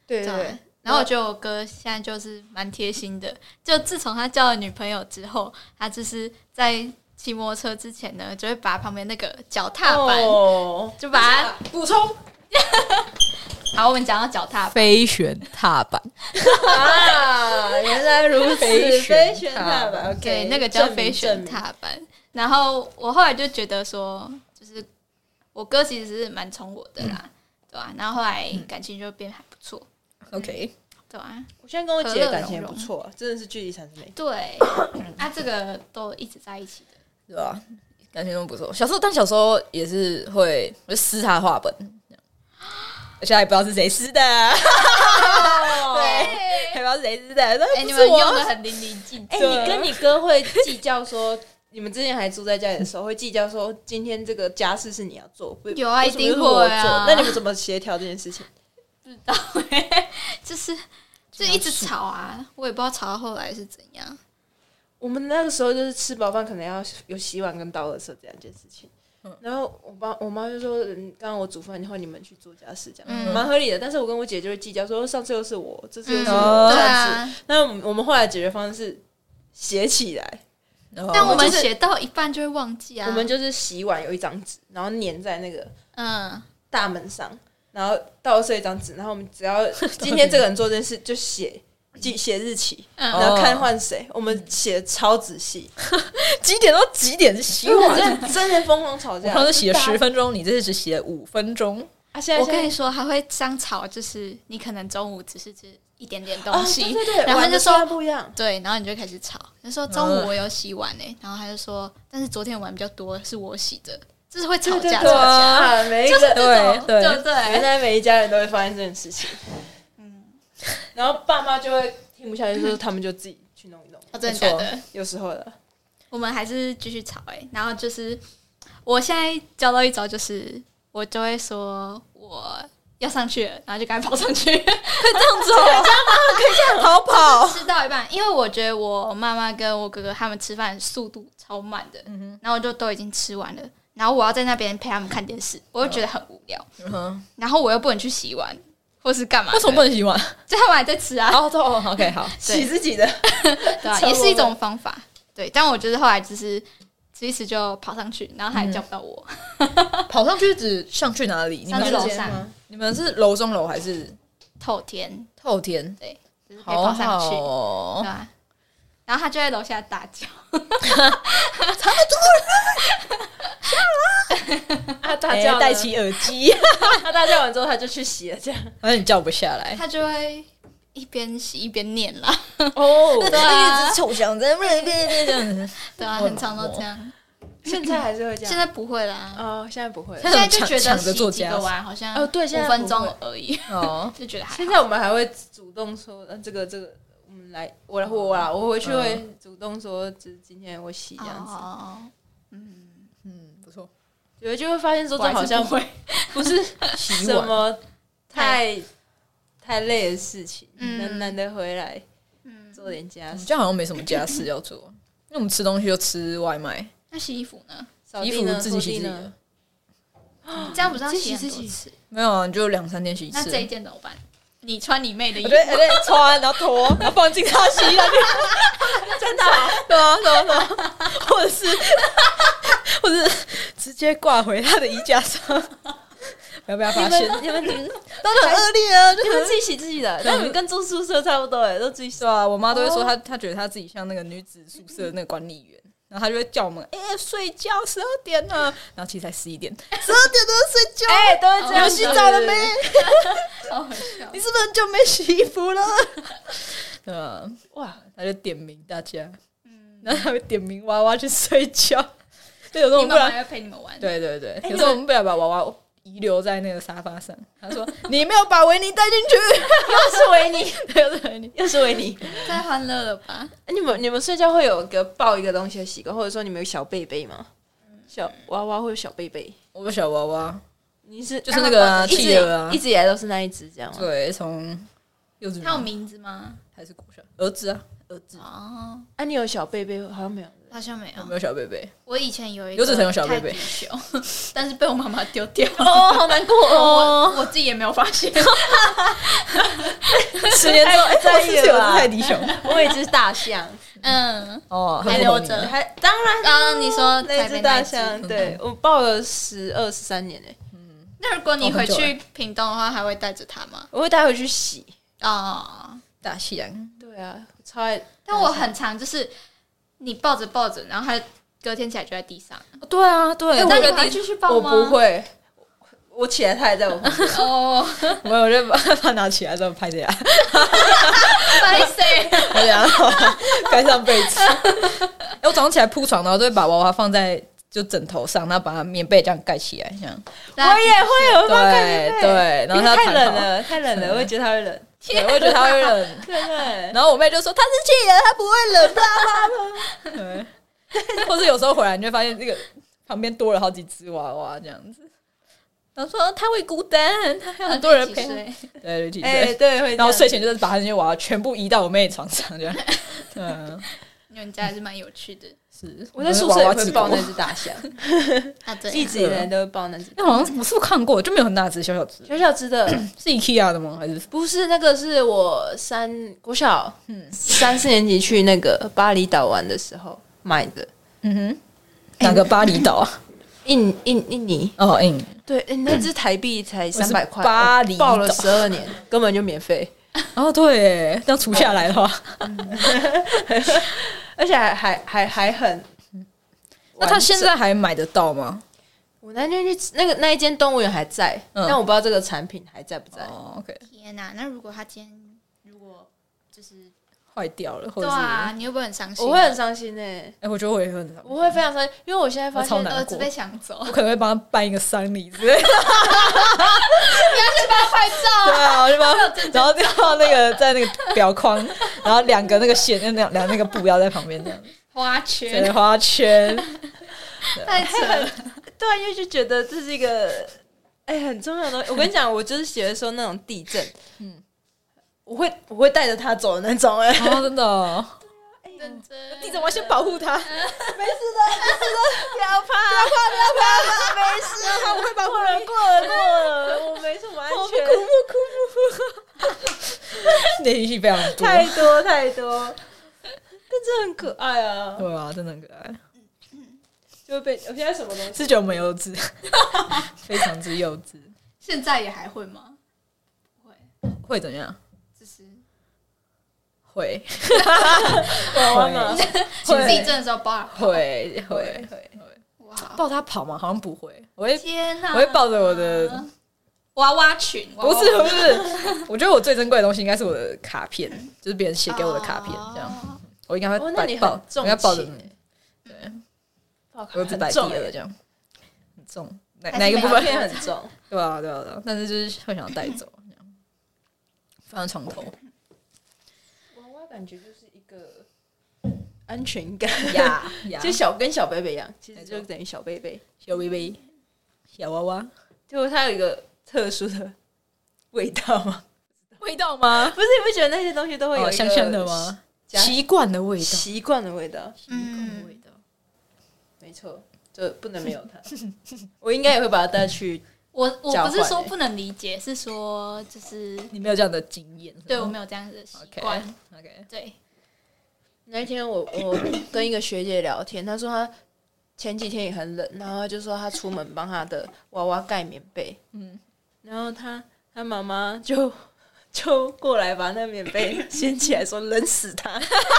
对对对。 然后我觉得我哥现在就是蛮贴心的，就自从他交了女朋友之后，他就是在骑摩托车之前呢，就会把旁边那个脚踏板，哦、就把它补充。 好，我们讲到脚踏板， 飞旋踏板啊，原来如此，飞旋踏板， 对，那个叫飞旋踏板。然后我后来就觉得说，就是我哥其实是蛮宠我的啦，嗯、对吧、啊？然后后来感情就变还不错。 OK， 对啊， 我现在跟我姐的感情也不错、啊，真的是距离产生美。 对，啊，这个都一直在一起的， 对吧、啊？感情都不错。小时候，但小时候也是会会撕他的画本，我现在也不知道是谁撕的，对，也不知道是谁撕的。哎、 欸，你们用的很淋漓尽致。 哎、欸，你跟你哥会计较说，你们之前还住在家里的时候，会计较说，今天这个家事是你要做， 有啊，一定会啊。 那你们怎么协调这件事情？ 不知道、欸，就是就一直吵啊，我也不知道吵到后来是怎样。 我们那个时候就是吃饱饭，可能要有洗碗跟倒垃圾这两件事情。嗯、然后我爸我妈就说：“刚刚我煮饭，然后你们去做家事，这样蛮、嗯、合理的。”但是我跟我姐就会计较说：“上次又是我，这次又是我， 嗯、 上次。”那我们后来解决方式是写起来。 但我们写到一半就会忘记啊。 我们就是洗碗有一张纸，然后粘在那个嗯大门上。然后倒射一张纸，然后我们只要今天这个人做这件事，就写记写日期，嗯、然后看换谁。我们写的超仔细， 几点到几点洗碗， 真的疯狂吵架。 我上次洗了十分钟，你这次只洗了五分钟。 啊，现在我跟你说，还会相吵，就是你可能中午只是吃一点点东西， 哦、对对对， 然后他就说不一样， 对，然后你就开始吵，就说中午我有洗碗呢、欸，然后他就说，但是昨天碗比较多，是我洗的。就是会吵架，吵架， 啊、每一个就是对对对对， 原来每一家人都会发生这件事情。嗯，然后爸妈就会听不下去，说他们就自己去弄一弄。 哦，真的假的？ 有时候的， 我们还是继续吵哎、欸。然后就是我现在教到一招，就是我就会说我要上去了，然后就赶快跑上去，可以这样子哦，可以这样吗？可以这样逃跑。 吃到一半，因为我觉得我妈妈跟我哥哥他们吃饭速度超慢的，嗯、然后我就都已经吃完了。然后我要在那边陪他们看电视，我就觉得很无聊。嗯、然后我又不能去洗碗，或是干嘛？ 为什么不能洗碗？ 就他们还在吃啊。 哦哦 ，OK， 好， 洗自己的， 对啊，也是一种方法。对，但我觉得后来就是吃一吃就跑上去，然后他也叫不到我。 嗯、跑上去指上去哪里？ 上去楼上。 你们是楼中楼还是透天？ 透天， 对，就是可以跑上去， 好好哦、 对吧？然后他就在楼下大叫， 藏得住人。 下来，他大叫， 戴起耳机， 他大叫完之后，他就去洗了，这样， 反正你叫不下来， 他就会一边洗一边念啦。 哦， 对啊， 一直臭响在那边这样子， 对啊，很常都这样。 现在还是会这样， 现在不会啦。 哦，现在不会， 现在就觉得洗几个碗好像哦，对， 五分钟而已， 哦， 就觉得还好。 现在我们还会主动说，呃，这个这个。我们来，我来我啦，我回去会主动说，就是今天我洗这样子。哦， 嗯嗯，不错。 有就会发现说，这好像会不是什么太太累的事情，难难得回来做点家事。 这样好像没什么家事要做，因为我们吃东西就吃外卖。 那洗衣服呢？ 洗衣服自己洗自己的。 这样不是要洗很多次？ 没有啊，你就两三天洗一次。 那这一件怎么办？你穿你妹的衣服， 对对，穿然后脱，然后放进他洗衣篮里， 真的、啊， 对啊，对啊，对啊，或者是，或者是直接挂回他的衣架上，不要被他发现。 你们你们都很恶劣啊！ 你们自己洗自己的，那你们跟住宿舍差不多哎，都自己洗。 对啊，我妈都会说她，她觉得她自己像那个女子宿舍的那个管理员。然后他就会叫我们，哎、欸，睡觉，十二点了。然后其实才十一点，十二点都在睡觉。 哎、欸，都会这样。 有洗澡了没？ 好好笑。 你是不是很久没洗衣服了？对啊，哇，他就点名大家，嗯，然后他会点名娃娃去睡觉。就有时候我们不然还会陪你们玩。 对对对，有时候我们不然把娃娃遗留在那个沙发上。他说：“你没有把维尼带进去。” 又是维尼， 又是维尼， 又是维尼， 太欢乐了吧？ 欸、你们你们睡觉会有一个抱一个东西的习惯，或者说你们有小贝贝吗？小娃娃会有小贝贝？ 我有小娃娃， 你是就是那个企鹅啊， 一直以来都是那一只这样吗？ 对，从幼稚园。 他有名字吗？ 还是国小？儿子啊，儿子。 哦， 啊，你有小贝贝？好像没有。 好像没有， 有没有小贝贝？ 我以前有一有只个有小贝贝泰迪熊，但是被我妈妈丢掉了。 哦，好难过哦。 我我自己也没有发现。 十年之后，哎， 在意了吧我是不是有只泰迪熊？ 我有一只大象， 嗯， 哦， 还留着还当然刚刚你说那只台北那大象， 只对我抱了十二十三年诶， 那如果你回哦很久去屏东的话，还会带着它吗？ 我会带回去洗。 啊、 大西洋， 对啊，超爱。 但我很常就是你抱着抱着，然后它隔天起来就在地上。 对啊，对， 那你还那个地继续抱我吗？ 不会，我起来它还在我旁边。 哦， 没有，我就把它拿起来之后拍着它， 拍谁？ 拍着它盖上被子。哎，我早上起来铺床，然后就会把娃娃放在就枕头上，然后把它棉被这样盖起来，这样。 我也会，我会帮它盖棉被。 对对，然后它太躺好， 冷了，太冷了，我会觉得它会冷。 对，我会觉得它会冷。 对对。 然后我妹就说她是气人，她不会冷，啪啪啪。对，或是有时候回来你就发现这个旁边多了好几只娃娃这样子。然后说她会孤单，她还有很多人陪她。对，几哎， 岁？ 对，会。 然后睡前就是把她那些娃娃全部移到我妹床上，这样。嗯， 你们家还是蛮有趣的。 是我在宿舍也会抱那只大象， 啊，对， 一直以来都会抱那只。 哎，好像我是不是看过？就没有很大只，小小只。 小小只的， 是 IKEA 的吗？还是不是那个？是我三国小嗯三四年级去那个巴厘岛玩的时候买的。 嗯哼，哪个巴厘岛啊？ 印印印尼哦，嗯， 对，欸、那只台币才三百块， 巴厘岛报了十二年，根本就免费。 哦，对，这样除下来的话， 而且还还还还很。 那他现在还买得到吗？ 我那天去那个那一间动物园还在， 嗯但我不知道这个产品还在不在。 哦 ，OK， 天哪！那如果他今天如果就是坏掉了，或者是对啊，你会不会很伤心啊？ 我会很伤心诶、 哎、我觉得我也会很伤心， 我会非常伤心，因为我现在发现我超难儿子被抢走， 我可能会帮他办一个丧礼之类的。 帮他拍照。 对啊，我就帮他，然后要那个在那个表框，然后两个那个线，那两两那个布要在旁边这样， 花圈对，花圈。 太扯了。 对啊，因为就觉得这是一个哎、很重要的东西。我跟你讲，我就是写的时候那种地震，嗯，我会我会带着他走的那种哎、 哦，真的、哦， 认真， 地震，我要先保护他。 没事的，没事的，不要怕，不要怕，不要怕，没事， 他我会保护过了， 你。 过了，过了，我没什么安全， 不哭不哭。内心戏非常多， 太多太多，但这很可爱啊， 对啊，真的很可爱。 就会被我现在什么东西是觉得我们幼稚，非常之幼稚。 现在也还会吗？不会， 会怎样？ 只是会娃娃吗？ 自己震的时候抱。 会会会哇， 抱他跑吗？好像不会，我会天哪！ 我会抱着我的， 娃娃裙， 不是不是，我觉得我最珍贵的东西应该是我的卡片，就是别人写给我的卡片，这样我应该会哦那你抱， 很重我应该抱着情你，对， 我我只摆第二这样，很重，哪还是哪一个部分没有片很重， 对啊对啊对啊，但是就是会想带走，这样放在床头娃娃感觉就是一个安全感呀呀， 就小跟小贝贝一样，其实没错就等于小贝贝， 小 baby 小娃娃， 就它有一个特殊的味道吗？ 味道吗？ 不是，你不觉得那些东西都会有一个哦香香的吗？ 加习惯的味道， 习惯的味道， 习惯的味道。 没错，就不能没有它。我应该也会把它带去。 我我不是交换欸说不能理解，是说就是你没有这样的经验，是吗对我没有这样子的习惯。 OK， 对， 那一天我我跟一个学姐聊天，她说她前几天也很冷，然后她就说她出门帮她的娃娃盖棉被，嗯，然后她她妈妈就就过来把那棉被掀起来，说冷死她。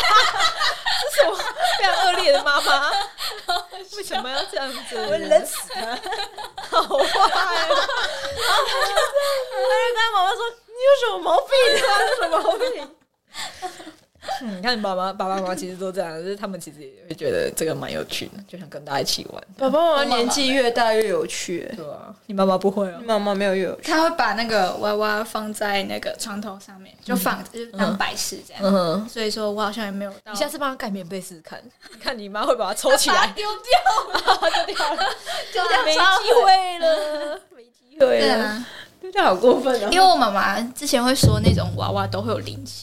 非常恶劣的妈妈，为什么要这样子？ 我冷死她， 好坏哦！ 她就跟她妈妈说：“你有什么毛病啊？有什么毛病？” 嗯，你看爸爸爸爸妈妈其实都这样，就是他们其实也会觉得这个蛮有趣的，就想跟大家一起玩。 爸爸妈妈年纪越大越有趣， 对啊，你妈妈不会啊？ 妈妈没有越有趣。 他会把那个娃娃放在那个床头上面，就放着，就是当摆饰这样。 嗯哼， 所以说我好像也没有到。 你下次帮他盖棉被试试看，你看你妈会把它抽起来， 丢掉了， 丢掉了， 就这样没机会了，没机会了。 对啊， 这样好过分哦！ 因为我妈妈之前会说那种娃娃都会有灵性，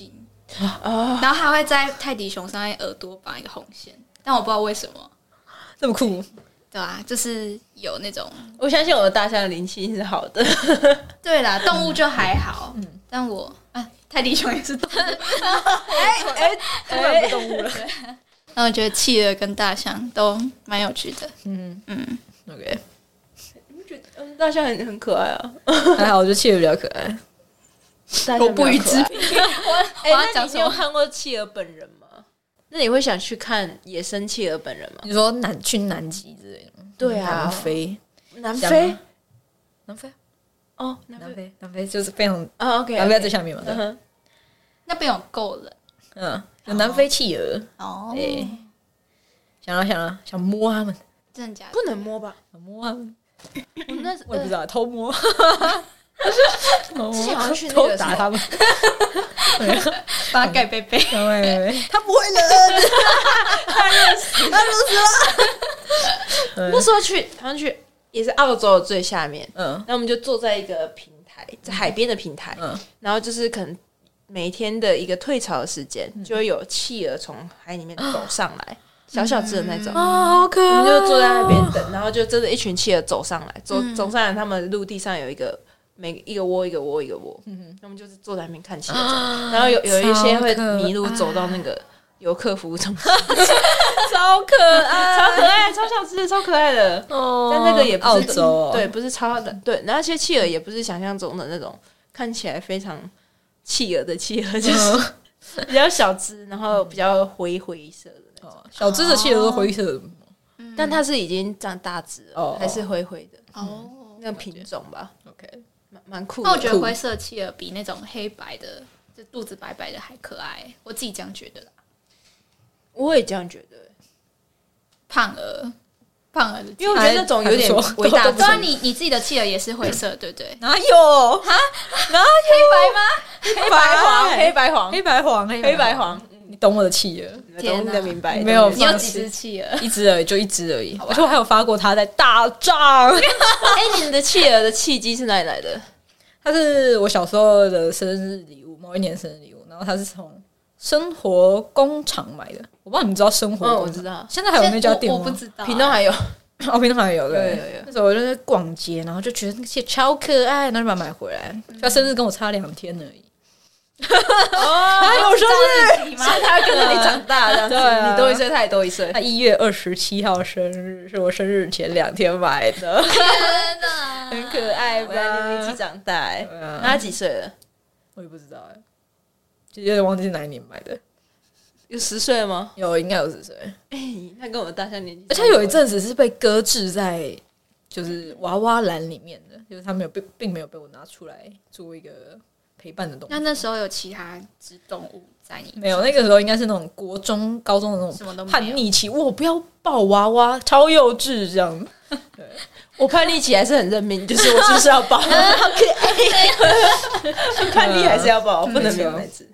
啊， 然后还会在泰迪熊上面耳朵绑一个红线，但我不知道为什么， 这么酷， 对啊，就是有那种， 我相信我的大象灵气是好的。 对啦，动物就还好，嗯，但我啊，泰迪熊也是动物， 哎哎突然不动物了。 然后我觉得企鹅跟大象都蛮有趣的， 嗯嗯， ，OK， 嗯大象很很可爱啊， 还好，我觉得企鹅比较可爱。 大象我不予置评。 评。 哎， 我要那你讲什么？ 有看过企鹅本人吗？那你会想去看野生企鹅本人吗？ 你说南去南极之类的吗？ 对啊南非，想南非吗南非， 哦，南非南非，南非就是非常， 哦 OK， 南非在最下面嘛，对嗯，哼， 那边有够冷嗯，有南非企鹅， 哦， 对，想啊想啊，想摸它们， 真的假的？ 不能摸吧？ 想摸它们， 我那我也不知道，偷摸，偷之前好像去那偷个什么打它们， 帮它盖被被。 没有没有没有它不会冷，它热死，它热死了。 那时候去，好像去也是澳洲的最下面， 嗯那我们就坐在一个平台，在海边的平台， 嗯然后就是可能每天的一个退潮的时间，就会有企鹅从海里面走上来，小小只的那种。 啊，好可爱， 我们就坐在那边等，然后就真的一群企鹅走上来，走嗯走上来，他们陆地上有一个每一个窝一个窝一个窝，那我们就是坐在那边看企鹅走，然后有有一些会迷路走到那个游客服务中心， 超可爱， 超可爱，超小只，超可爱的。 哦但那个也不澳是洲哦， 对，不是超的，对，那些企鹅也不是想象中的那种看起来非常企鹅的企鹅，就是比较小只，然后比较灰灰色的那种。 哦小只的企鹅都灰色的， 但它是已经长大只了， 哦还是灰灰的， 哦， 那个品种吧， OK， 蛮蛮酷的。 那我觉得灰色企鹅比那种黑白的，就肚子白白的还可爱，我自己这样觉得啦。 我也这样觉得， 胖鹅，胖鹅的企鹅， 因为我觉得那种有点还还不错伟大对啊， 不你你自己的企鹅也是灰色，对不对？ 哪有黑白吗？ 黑白黄，黑白黄， 黑白黄黑白黄， 你懂我的企鹅， 懂你的明白， 没有懂你的你有几只企鹅？ 一只而已，就一只而已，而且我还有发过它在大仗。 哎，你的企鹅的契机是哪里来的？ 它是我小时候的生日礼物，某一年生日礼物，然后它是从生活工厂买的，我不知道你们知道生活嗯， 工厂， 我知道， 现在还有那家店吗？ 我我不知道啊， 屏东还有， 哦，平常还有有对有有那时候我就在逛街，然后就觉得那些超可爱，然后就把它买回来。他生日跟我差两天而已， 哦， 还有生日， 日吗？ 所以它跟着你长大，这样子， 对啊你多一岁，他也多一岁他。一月二十七号生日，是我生日前两天买的， 天哪， 很可爱吧？ 对啊你们一起长大哎， 对啊那他几岁了？ 我也不知道哎，就有点忘记是哪一年买的， 有十岁了吗？ 有应该有十岁， 哎，他跟我大象年纪， 而且有一阵子是被搁置在就是娃娃篮里面的，就是他没有被，并没有被我拿出来做一个陪伴的东西。 那那时候有其他只动物在你没有，那个时候应该是那种国中、高中的那种什么都没有叛逆期，我不要抱娃娃，超幼稚这样。 我叛逆起来是很认命，就是我是不是要抱？好可爱，叛逆还是要抱，不能没有孩子。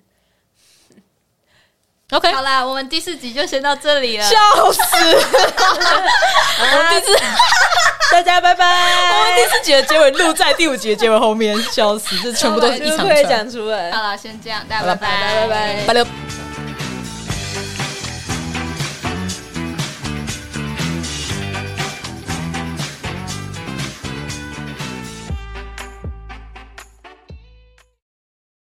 OK， 好啦，我们第四集就先到这里了。 笑死！我们第四， 大家拜拜。 我们第四集的结尾录在第五集的结尾后面，笑死！这全部都是一长可以串。 讲出来。 好啦，先这样，大好了， 家拜拜拜拜拜，拜了。